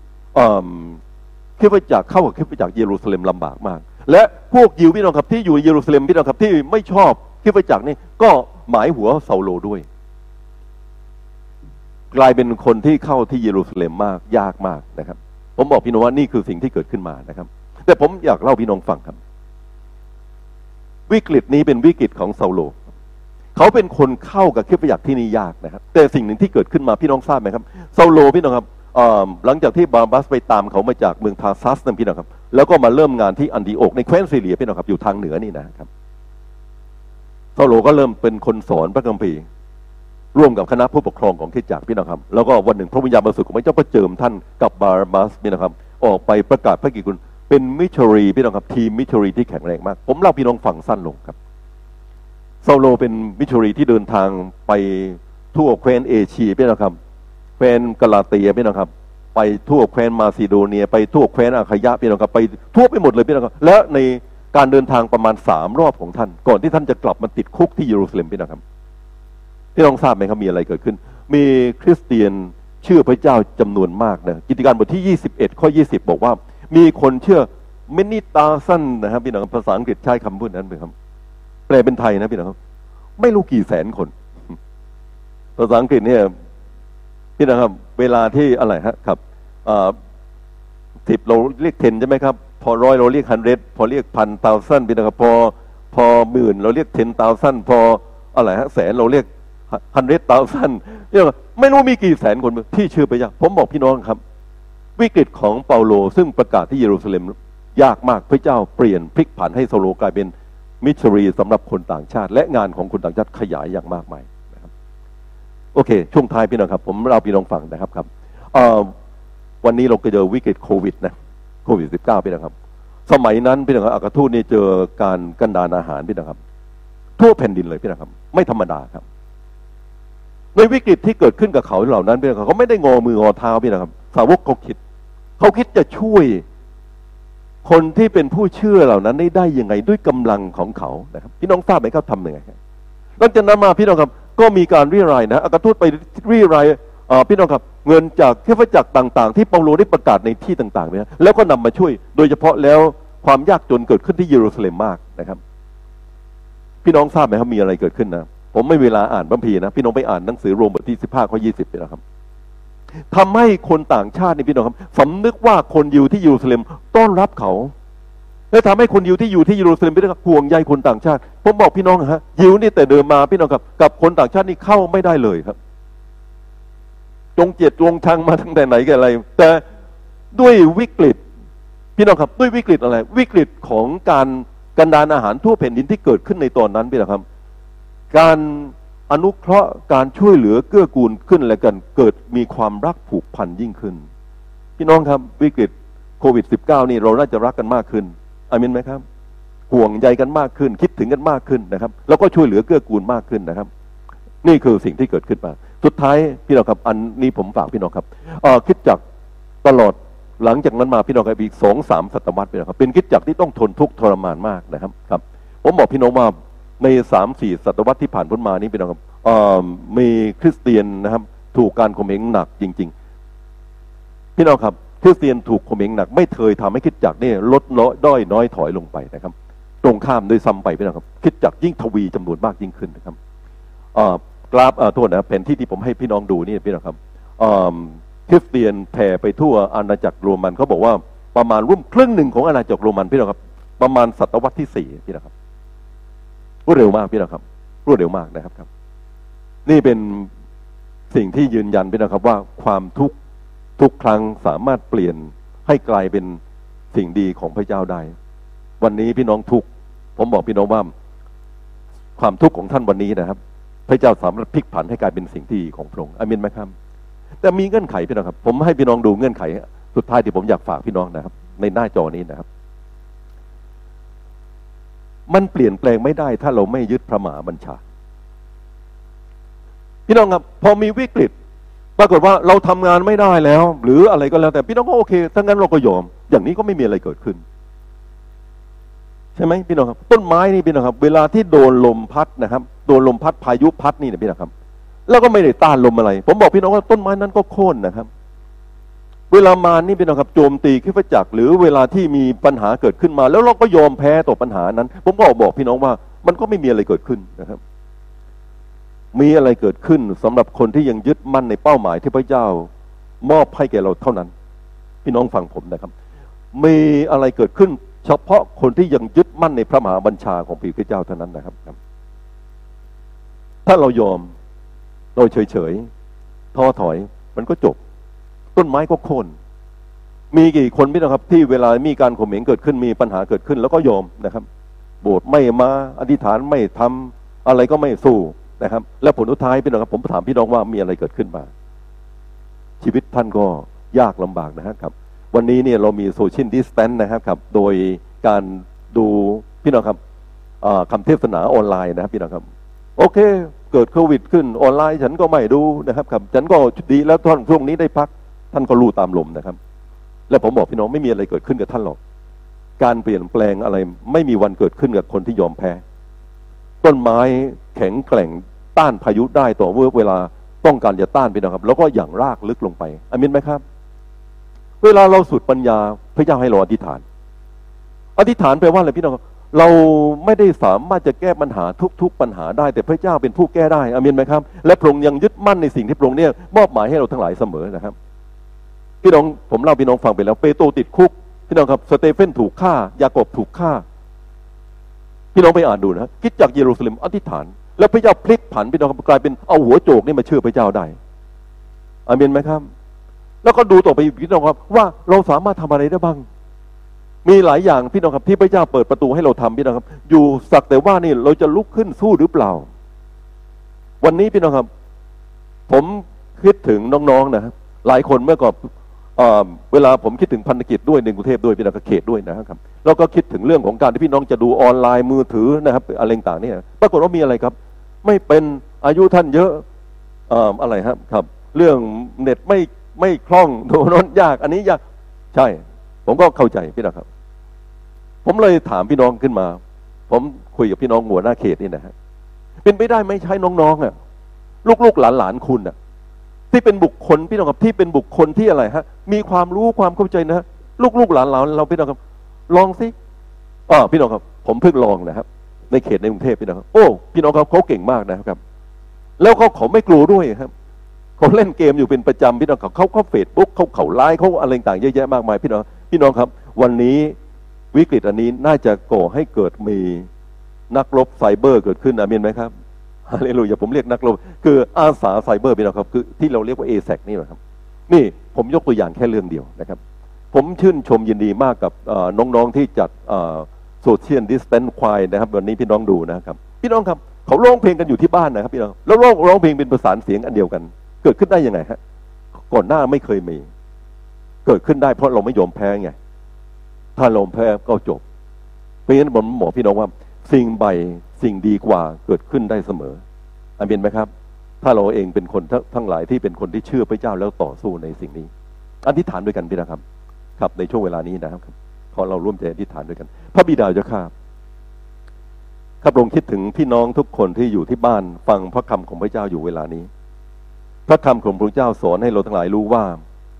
คริสตจักรเข้ากับคริสตจักรเยรูซาเล็มลำบากมากและพวกยิวพี่น้องครับที่อยู่เยรูซาเล็มพี่น้องครับที่ไม่ชอบคริสตจักรนี่ก็หมายหัวซาโลด้วยกลายเป็นคนที่เข้าที่เยรูซาเล็มมากยากมากนะครับผมบอกพี่น้องว่านี่คือสิ่งที่เกิดขึ้นมานะครับแต่ผมอยากเล่าพี่น้องฟังครับวิกฤตนี้เป็นวิกฤตของซาโลเขาเป็นคนเข้ากับคริสตจักรที่นี่ยากนะครับแต่สิ่งหนึ่งที่เกิดขึ้นมาพี่น้องทราบไหมครับซาโลพี่น้องครับหลังจากที่บาร์บัสไปตามเขามาจากเมืองทาซัสนั่นพี่น้องครับแล้วก็มาเริ่มงานที่อันติโอกในแคว้นซีเรียพี่น้องครับอยู่ทางเหนือนี่นะครับซาโลก็เริ่มเป็นคนสอนพระคัมภีร์ร่วมกับคณะผู้ปกครองของคริสตจักรพี่น้องครับแล้วก็วันหนึ่งพระวิญญาณบริสุทธิ์ของพระเจ้าก็เจิมท่านกับบาร์บัสพี่น้องครับออกไปประกาศพระกิตติคุณเป็นมิชชันนารีพี่น้องครับทีมมิชชันนารีที่แข็งแรงมากผมเล่าพี่น้องฟังสั้นลงครับซาโลเป็นมิชชันนารีที่เดินทางไปทั่วแคว้นเอเชียพี่น้องครับแคว้นกาลาเตียพี่น้องครับไปทั่วแคว้นมาซิโดเนียไปทั่วแคว้นอาคายะพี่น้องครับไปทั่วไปหมดเลยพี่น้องครับและในการเดินทางประมาณสามรอบของท่านก่อนที่ท่านจะกลับมาติดคุกที่เยรูซาเล็มพี่น้องครับพี่น้องทราบไหมครับมีอะไรเกิดขึ้นมีคริสเตียนเชื่อพระเจ้าจำนวนมากนะกิจการบทที่ยี่สิบเอ็ดข้อยี่สิบบอกว่ามีคนเชื่อเมนิตาสั้นนะครับพี่น้องภาษาอังกฤษใช้คำพูดนั้นไหมครับแปลเป็นไทยนะพี่น้องครับไม่รู้กี่แสนคนภาษาอังกฤษเนี่ยพี่น้องครับเวลาที่อะไรฮะครับสิบเราเรียกเทนใช่ไหมครับพอร้อยเราเรียกฮันเดรดพอเรียกพันตาสั้นพี่น้องครับพอพอหมื่นเราเรียกเทนตาสั้นพออะไรฮะแสนเราเรียกฮันเดตาซันเนี่ยไม่รู้มีกี่แสนคนที่เชื่อพระเจ้าผมบอกพี่น้องครับวิกฤตของเปาโลซึ่งประกาศที่เยรูซาเล็มยากมากพระเจ้าเปลี่ยนพลิกผันให้เปาโลกลายเป็นมิชชันนารีสำหรับคนต่างชาติและงานของคนต่างชาติขยายอย่างมากมายนะครับโอเคช่วงท้ายพี่น้องครับผมเราพี่น้องฟังนะครับครับวันนี้เราก็เจอวิกฤตโควิดนะโควิดสิบเก้าพี่น้องครับสมัยนั้นพี่น้องครับอัครทูตนี่เจอการกันดารอาหารพี่น้องครับทั่วแผ่นดินเลยพี่น้องครับไม่ธรรมดาครับในวิกฤตที่เกิดขึ้นกับเขาเหล่านั้นพี่น้องครับเขาไม่ได้งอมืองอเท้าพี่น้องครับสาวกเขาคิดเขาคิดจะช่วยคนที่เป็นผู้เชื่อเหล่านั้นได้ได้ยังไงด้วยกำลังของเขานะครับพี่น้องทราบไหมเขาทำยังไงหลังจากนั้นมาพี่น้องครับก็มีการเรียรายนะอัครทูตไปเรียรายพี่น้องครับเงินจากคริสตจักรต่างๆที่เปาโลได้ประกาศในที่ต่างๆเนี่ยแล้วก็นำมาช่วยโดยเฉพาะแล้วความยากจนเกิดขึ้นที่เยรูซาเล็มมากนะครับพี่น้องทราบไหมครับมีอะไรเกิดขึ้นนะผมไม่เวลาอ่านพระคัมภีร์นะพี่น้องไปอ่านหนังสือโรมบทที่สิบห้าข้อยี่สิบนะครับทำให้คนต่างชาตินี่พี่น้องครับสำนึกว่าคนยิวที่เยรูซาเล็มต้อนรับเขาและทำให้คนยิวที่อยู่ที่เยรูซาเล็มพี่น้องห่วงใยคนต่างชาติผมบอกพี่น้องฮะยิวนี่แต่เดิมมาพี่น้องครับกับคนต่างชาตินี่เข้าไม่ได้เลยครับจงเจียดจงชังมาตั้งแต่ไหนกันอะไรแต่ด้วยวิกฤตพี่น้องครับด้วยวิกฤตอะไรวิกฤตของการกันดารอาหารทั่วแผ่นดินที่เกิดขึ้นในตอนนั้นพี่น้องครับการอนุเคราะห์การช่วยเหลือเกื้อกูลขึ้นและกันเกิดมีความรักผูกพันยิ่งขึ้นพี่น้องครับวิกฤตโควิด สิบเก้า นี่เราน่าจะรักกันมากขึ้นอามินไหมครับห่วงใยกันมากขึ้นคิดถึงกันมากขึ้นนะครับแล้วก็ช่วยเหลือเกื้อกูลมากขึ้นนะครับนี่คือสิ่งที่เกิดขึ้นมาสุดท้ายพี่น้องครับอันนี้ผมฝากพี่น้องครับคิดจักตลอดหลังจากนั้นมาพี่น้องครับอีกสองสามศตวรรษพี่น้องครับเป็นคิดจักที่ต้องทนทุกข์ทรมานมากนะครับครับผมบอกพี่น้องว่าในสามสี่ศตวรรษที่ผ่านพ้นมานี้พี่น้องครับมีคริสเตียนนะครับถูกการข่มเหงหนักจริงๆพี่น้องครับคริสเตียนถูกข่มเหงหนักไม่เคยทำให้คริสตจักรนี่ลดน้อยด้อยน้อยถอยลงไปนะครับตรงข้ามโดยซ้ำไปพี่น้องครับคริสตจักรยิ่งทวีจำนวนมากยิ่งขึ้นนะครับกราฟโทษนะแผนที่ที่ผมให้พี่น้องดูนี่พี่น้องครับคริสเตียนแผ่ไปทั่วอาณาจักรโรมันเขาบอกว่าประมาณร่วมครึ่งหนึ่งของอาณาจักรโรมันพี่น้องครับประมาณศตวรรษที่สี่พี่น้องครับรวดเร็วมากพี่น้องครับรวดเร็วมากนะครับครับนี่เป็นสิ่งที่ยืนยันพี่น้องครับว่าความทุกข์ทุกครั้งสามารถเปลี่ยนให้กลายเป็นสิ่งดีของพระเจ้าได้วันนี้พี่น้องทุกข์ผมบอกพี่น้องว่าความทุกข์ของท่านวันนี้นะครับพระเจ้าสามารถพลิกผันให้กลายเป็นสิ่งที่ดีของพระองค์อามินไหมครับแต่มีเงื่อนไขพี่น้องครับผมให้พี่น้องดูเงื่อนไขสุดท้ายที่ผมอยากฝากพี่น้องนะครับในหน้าจอนี้นะครับมันเปลี่ยนแปลงไม่ได้ถ้าเราไม่ยึดพระมหาบัญชาพี่น้องครับพอมีวิกฤตปรากฏว่าเราทำงานไม่ได้แล้วหรืออะไรก็แล้วแต่พี่น้องก็โอเคถ้างั้นเราก็ยอมอย่างนี้ก็ไม่มีอะไรเกิดขึ้นใช่ไหมพี่น้องครับต้นไม้นี่พี่น้องครับเวลาที่โดนลมพัดนะครับโดนลมพัดพายุพัดนี่นะพี่น้องครับแล้วก็ไม่ได้ต้านลมอะไรผมบอกพี่น้องว่าต้นไม้นั้นก็โค่นนะครับเวลามานี่พี่น้องครับโจมตีคริสตจักรหรือเวลาที่มีปัญหาเกิดขึ้นมาแล้วเราก็ยอมแพ้ต่อปัญหานั้นผมก็บอกพี่น้องว่ามันก็ไม่มีอะไรเกิดขึ้นนะครับมีอะไรเกิดขึ้นสำหรับคนที่ยังยึดมั่นในเป้าหมายที่พระเจ้ามอบให้แก่เราเท่านั้นพี่น้องฟังผมนะครับมีอะไรเกิดขึ้นเฉพาะคนที่ยังยึดมั่นในพระมหาบัญชาของพระเจ้าเท่านั้นนะครับถ้าเรายอมเราเฉยๆท้อถอยมันก็จบต้นไม้ก็โค่นมีกี่คนพี่น้องครับที่เวลามีการข่มเหงเกิดขึ้นมีปัญหาเกิดขึ้นแล้วก็ยอมนะครับโบสถ์ไม่มาอธิษฐานไม่ทำอะไรก็ไม่สู้นะครับและผลสุดท้ายพี่น้องครับผมถามพี่น้องว่ามีอะไรเกิดขึ้นมาชีวิตท่านก็ยากลำบากนะครับวันนี้เนี่ยเรามีโซเชียลดิสแทนซ์นะครับโดยการดูพี่น้องครับคำเทศนาออนไลน์นะครับพี่น้องครับโอเคเกิดโควิดขึ้นออนไลน์ฉันก็ไม่ดูนะครับครับฉันก็ดีแล้วท่านช่วงนี้ได้พักท่านก็ลู่ตามลมนะครับและผมบอกพี่น้องไม่มีอะไรเกิดขึ้นกับท่านหรอกการเปลี่ยนแปลงอะไรไม่มีวันเกิดขึ้นกับคนที่ยอมแพ้ต้นไม้แข็งแกร่งต้านพายุได้ต่อเมื่อเวลาต้องการจะต้านพี่น้องครับแล้วก็อย่างรากลึกลงไปอามินไหมครับเวลาเราสุดปัญญาพระเจ้าให้เราอธิษฐานอธิษฐานแปลว่าอะไรพี่น้องเราไม่ได้สามารถจะแก้ปัญหาทุกๆปัญหาได้แต่พระเจ้าเป็นผู้แก้ได้อามินไหมครับและพระองค์ยังยึดมั่นในสิ่งที่พระองค์เนี่ยมอบหมายให้เราทั้งหลายเสมอนะครับพี่น้องผมเล่าพี่น้องฟังไปแล้วเปโตรติดคุกพี่น้องครับสเตเฟนถูกฆ่ายากอบถูกฆ่าพี่น้องไปอ่านดูนะคริสตจักรเยรูซาเล็มอธิษฐานแล้วพระเจ้าพลิกผันพี่น้องกลายเป็นเอาหัวโจกนี่มาเชื่อพระเจ้าได้อาเมนไหมครับแล้วก็ดูต่อไปพี่น้องครับว่าเราสามารถทำอะไรได้บ้างมีหลายอย่างพี่น้องครับที่พระเจ้าเปิดประตูให้เราทำพี่น้องครับอยู่สักแต่ว่านี่เราจะลุกขึ้นสู้หรือเปล่าวันนี้พี่น้องครับผมคิดถึงน้องๆนะหลายคนเมื่อก่อนเ, เวลาผมคิดถึงพันธกิจด้วยในกรุงเทพด้วยพี่น้องเขตด้วยนะครับแล้วก็คิดถึงเรื่องของการที่พี่น้องจะดูออนไลน์มือถือนะครับอะไรต่างๆนี่ปรากฏว่ามีอะไรครับไม่เป็นอายุท่านเยอะอะไรครับครับเรื่องเน็ตไม่ไม่คล่องโดนนยากอันนี้ยากใช่ผมก็เข้าใจพี่น้องครับผมเลยถามพี่น้องขึ้นมาผมคุยกับพี่น้องหัวหน้าเขตนี่นะฮะเป็นไปได้ไหมใช้น้องๆอ่ะลูกๆหลานๆคุณอ่ะที่เป็นบุคคลพี่น้องครับที่เป็นบุคคลที่อะไรฮะมีความรู้ความเข้าใจนะลูกๆหลานเราเราพี่น้องครับลองสิอ๋อพี่น้องครับผมเพิ่งลองนะครับในเขตในกรุงเทพพี่น้องครับโอ้พี่น้องครับเขาเก่งมากนะครับแล้วเขาเขาไม่กลัวด้วยครับเขาเล่นเกมอยู่เป็นประจำพี่น้องเขาเขาเขาเฟซบุ๊กเขาเขาไลน์เขาอะไรต่างเยอะแยะมากมายพี่น้องพี่น้องครับวันนี้วิกฤตอันนี้น่าจะก่อให้เกิดมีนักรบไซเบอร์เกิดขึ้นอาเมนไหมครับฮาเลลูยาผมเรียกนักรบคืออาสาไซเบอร์พี่น้องครับคือที่เราเรียกว่า เอ แซค นี่แหละครับนี่ผมยกตัวอย่างแค่เรื่องเดียวนะครับผมชื่นชมยินดีมากกับน้องๆที่จัดโซเชียลดิสแทนซ์ควายนะครับวันนี้พี่น้องดูนะครับพี่น้องครับเขาร้องเพลงกันอยู่ที่บ้านนะครับพี่น้องแล้วร้องร้องเพลงเป็นประสานเสียงอันเดียวกันเกิดขึ้นได้ยังไงฮะก่อนหน้าไม่เคยมีเกิดขึ้นได้เพราะเราไม่ยอมแพ้ไงถ้าเราแพ้ก็จบเพราะฉะนั้นผมบอกพี่น้องว่าสิ่งใหม่สิ่งดีกว่าเกิดขึ้นได้เสมออาเมนไหมครับถ้าเราเองเป็นคนทั้งหลายที่เป็นคนที่เชื่อพระเจ้าแล้วต่อสู้ในสิ่งนี้อธิษฐานด้วยกันพี่นะครับครับในช่วงเวลานี้นะครับขอเราร่วมใจอธิษฐานด้วยกันพระบิดาเจ้าข้าข้าพระองค์คิดถึงพี่น้องทุกคนที่อยู่ที่บ้านฟังพระคำของพระเจ้าอยู่เวลานี้พระคำของพระเจ้าสอนให้เราทั้งหลายรู้ว่า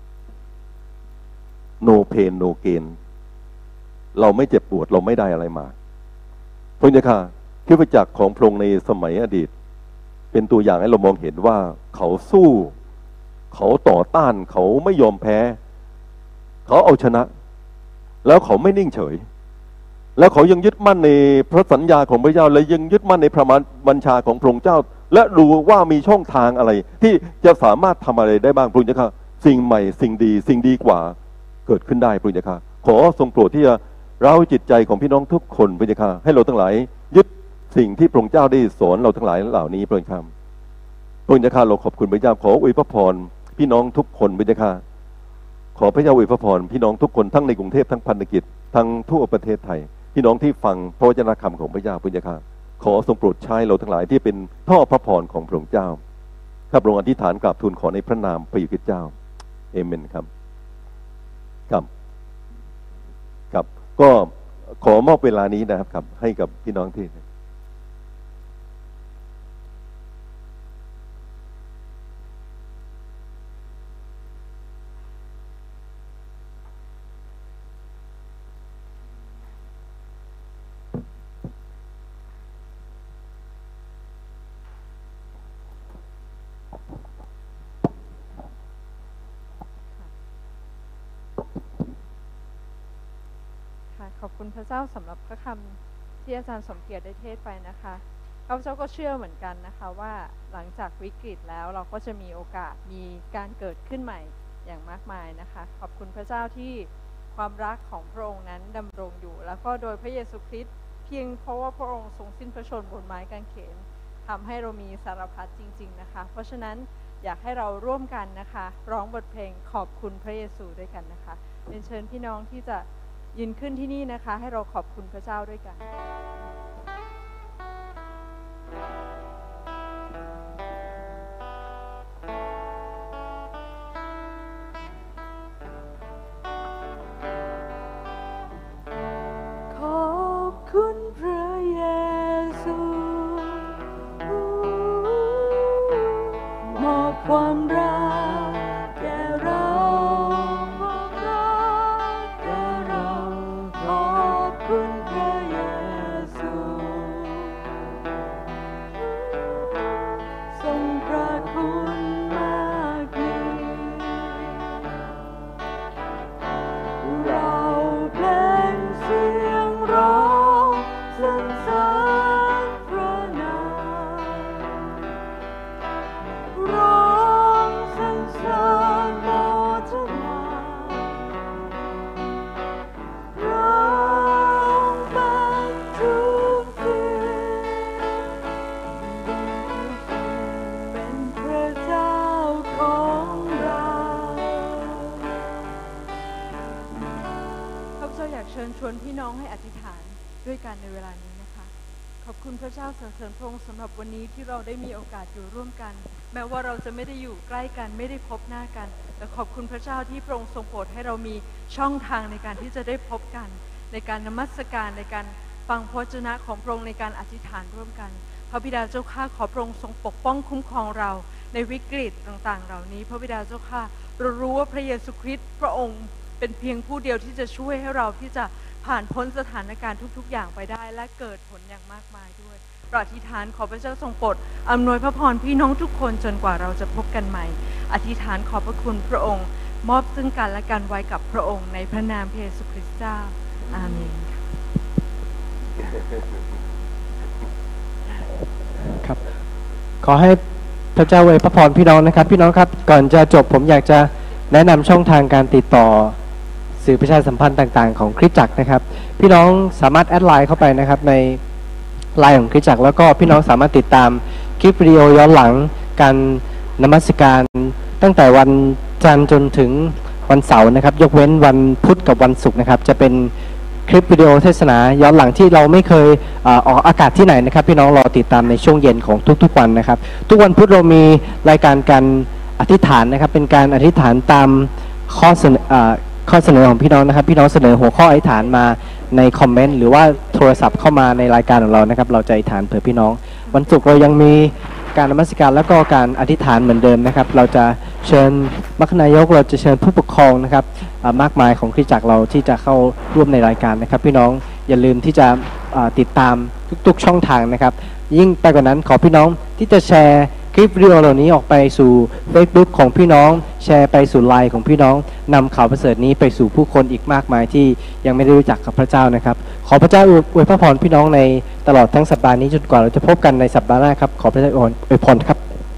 no pain no gain เราไม่เจ็บปวดเราไม่ได้อะไรมาพระเจ้าค่ะคริสตจักรของพระองค์ในสมัยอดีตเป็นตัวอย่างให้เรามองเห็นว่าเขาสู้เขาต่อต้านเขาไม่ยอมแพ้เขาเอาชนะแล้วเขาไม่นิ่งเฉยแล้วเขายังยึดมั่นในพระสัญญาของพระเจ้าและยังยึดมั่นในพระบัญชาของพระองค์เจ้าและดูว่ามีช่องทางอะไรที่จะสามารถทำอะไรได้บ้างพระเจ้าค่ะสิ่งใหม่สิ่งดีสิ่งดีกว่าเกิดขึ้นได้พระเจ้าค่ะขอทรงโปรดที่จะเร้าจิตใจของพี่น้องทุกคนพระเจ้าค่ะให้เราทั้งหลายยึดสิ่งที่พระองค์เจ้าได้สอนเราทั้งหลายเหล่านี้พระเจ้าค่ะพระเจ้าค่ะเราขอบคุณพระเจ้าขออวยพระพรพี่น้องทุกคนพระเจ้าค่ะขอพระเจ้าอวยพระพรพี่น้องทุกคนทั้งในกรุงเทพทั้งพันธกิจทั้งทั่วประเทศไทยพี่น้องที่ฟังพระวจนะคำของพระเจ้าพระเจ้าค่ะขอทรงโปรดใช้เราทั้งหลายที่เป็นท่อพระพรของพระองค์เจ้าข้าพระองค์อธิษฐานกราบทูลขอในพระนามพระเยซูคริสต์เจ้าเอเมนครับครับครับก็ขอมอบเวลานี้นะครับให้กับพี่น้องที่ขอบคุณพระเจ้าสำหรับพระคำที่อาจารย์สมเกียรติได้เทศไปนะคะข้าพเจ้าก็เชื่อเหมือนกันนะคะว่าหลังจากวิกฤตแล้วเราก็จะมีโอกาสมีการเกิดขึ้นใหม่อย่างมากมายนะคะขอบคุณพระเจ้าที่ความรักของพระองค์นั้นดำรงอยู่แล้วก็โดยพระเยซูคริสต์เพียงเพราะว่าพระองค์ทรงสิ้นพระชนม์บนไม้กางเขนทำให้เรามีสารพัดจริงๆนะคะเพราะฉะนั้นอยากให้เราร่วมกันนะคะร้องบทเพลงขอบคุณพระเยซูด้วยกันนะคะเรียนเชิญพี่น้องที่จะยืนขึ้นที่นี่นะคะให้เราขอบคุณพระเจ้าด้วยกันขอบคุณพระเยซูมอบความรักแก่เราญชวนพี่น้องให้อธิษฐานด้วยกันในเวลานี้นะคะขอบคุณพระเจ้าสรรเสริญพระองค์สำหรับวันนี้ที่เราได้มีโอกาสอยู่ร่วมกันแม้ว่าเราจะไม่ได้อยู่ใกล้กันไม่ได้พบหน้ากันแต่ขอบคุณพระเจ้าที่พระองค์ทรงโปรดให้เรามีช่องทางในการที่จะได้พบกันในการนมัสการในการฟังพระวจนะของพระองค์ในการอธิษฐานร่วมกันพระบิดาเจ้าข้าขอพระองค์ทรงปกป้องคุ้มครองเราในวิกฤตต่างๆเหล่านี้พระบิดาเจ้าข้าเรารู้ว่าพระเยซูคริสต์พระองค์เป็นเพียงผู้เดียวที่จะช่วยให้เราที่จะผ่านพ้นสถานการณ์ทุกๆอย่างไปได้และเกิดผลอย่างมากมายด้วยเราอธิษฐานขอพระเจ้าทรงโปรดอำนวยพระพรพี่น้องทุกคนจนกว่าเราจะพบกันใหม่อธิษฐานขอบพระคุณพระองค์มอบซึ่งกันและกันไว้กับพระองค์ในพระนามพระเยซูคริสต์เจ้าอาเมนครับขอให้พระเจ้าอวยพระพรพี่น้องนะครับพี่น้องครับก่อนจะจบผมอยากจะแนะนำช่องทางการติดต่อสื่อประชาสัมพันธ์ต่างๆของคริสตจักรนะครับพี่น้องสามารถแอดไลน์เข้าไปนะครับในไลน์ของคริสตจักรแล้วก็พี่น้องสามารถติดตามคลิปวิดีโอย้อนหลังการนมัสการตั้งแต่วันจันทร์จนถึงวันเสาร์นะครับยกเว้นวันพุธกับวันศุกร์นะครับจะเป็นคลิปวิดีโอเทศนาย้อนหลังที่เราไม่เคยออกอากาศที่ไหนนะครับพี่น้องรอติดตามในช่วงเย็นของทุกๆวันนะครับทุกวันพุธเรามีรายการการอธิษฐานนะครับเป็นการอธิษฐานตามข้อเสนอข้อเสนอของพี่น้องนะครับพี่น้องเสนอหัวข้ออธิษฐานมาในคอมเมนต์หรือว่าโทรศัพท์เข้ามาในรายการของเรานะครับเราจะอธิษฐานเผื่อพี่น้องวันศุกร์เรายังมีการนมัสการแล้วก็การอธิษฐานเหมือนเดิมนะครับเราจะเชิญมัคคณายกเราจะเชิญผู้ปกครองนะครับมากมายของคริสตจักรเราที่จะเข้าร่วมในรายการนะครับพี่น้องอย่าลืมที่จะติดตามทุกๆช่องทางนะครับยิ่งไปกว่านั้นขอพี่น้องที่จะแชร์คลิปวิดีโอเหล่านี้ออกไปสู่ Facebook ของพี่น้องแชร์ไปสู่ไลน์ของพี่น้องนำข่าวประเสริฐนี้ไปสู่ผู้คนอีกมากมายที่ยังไม่ได้รู้จักกับพระเจ้านะครับขอพระเจ้าอวยพระพรพี่น้องในตลอดทั้งสัปดาห์นี้จนกว่าเราจะพบกันในสัปดาห์หน้าครับขอพระเจ้าอวยพรครับ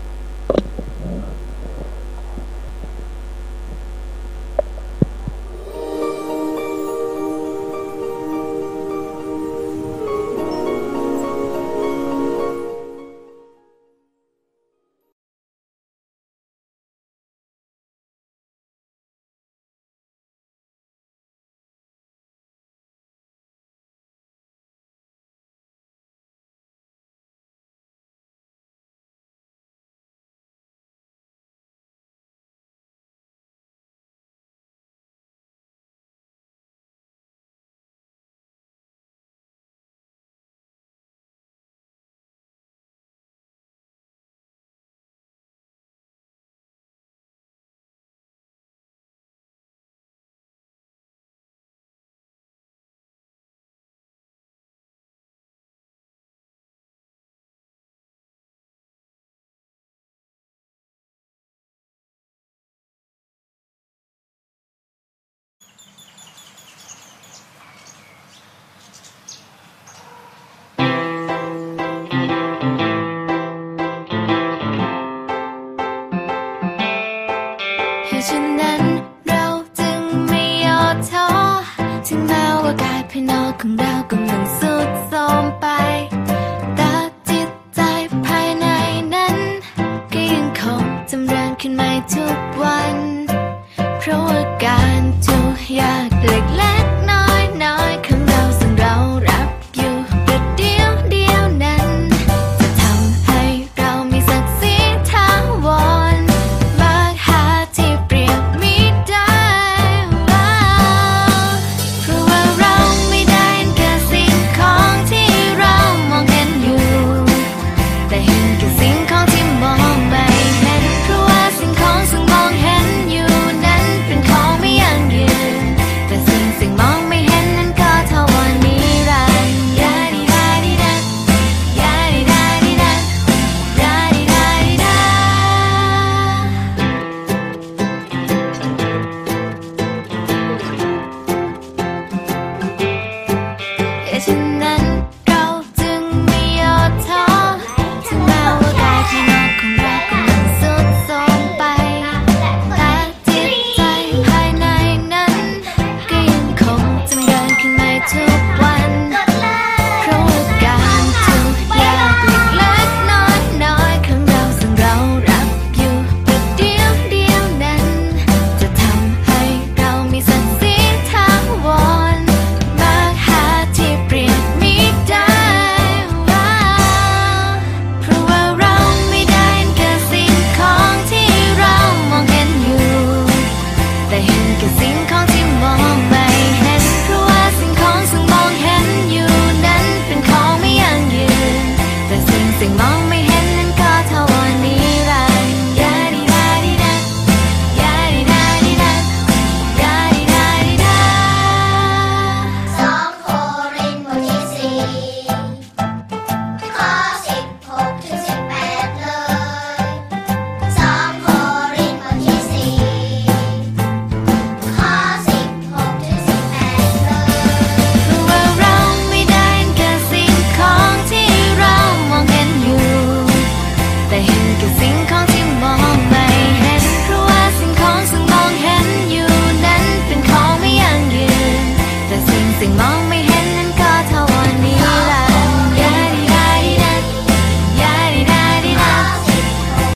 ฉะนั้นเราจึงไม่ย่อท้อถึงแม้ว่ากายภายนอกของเรา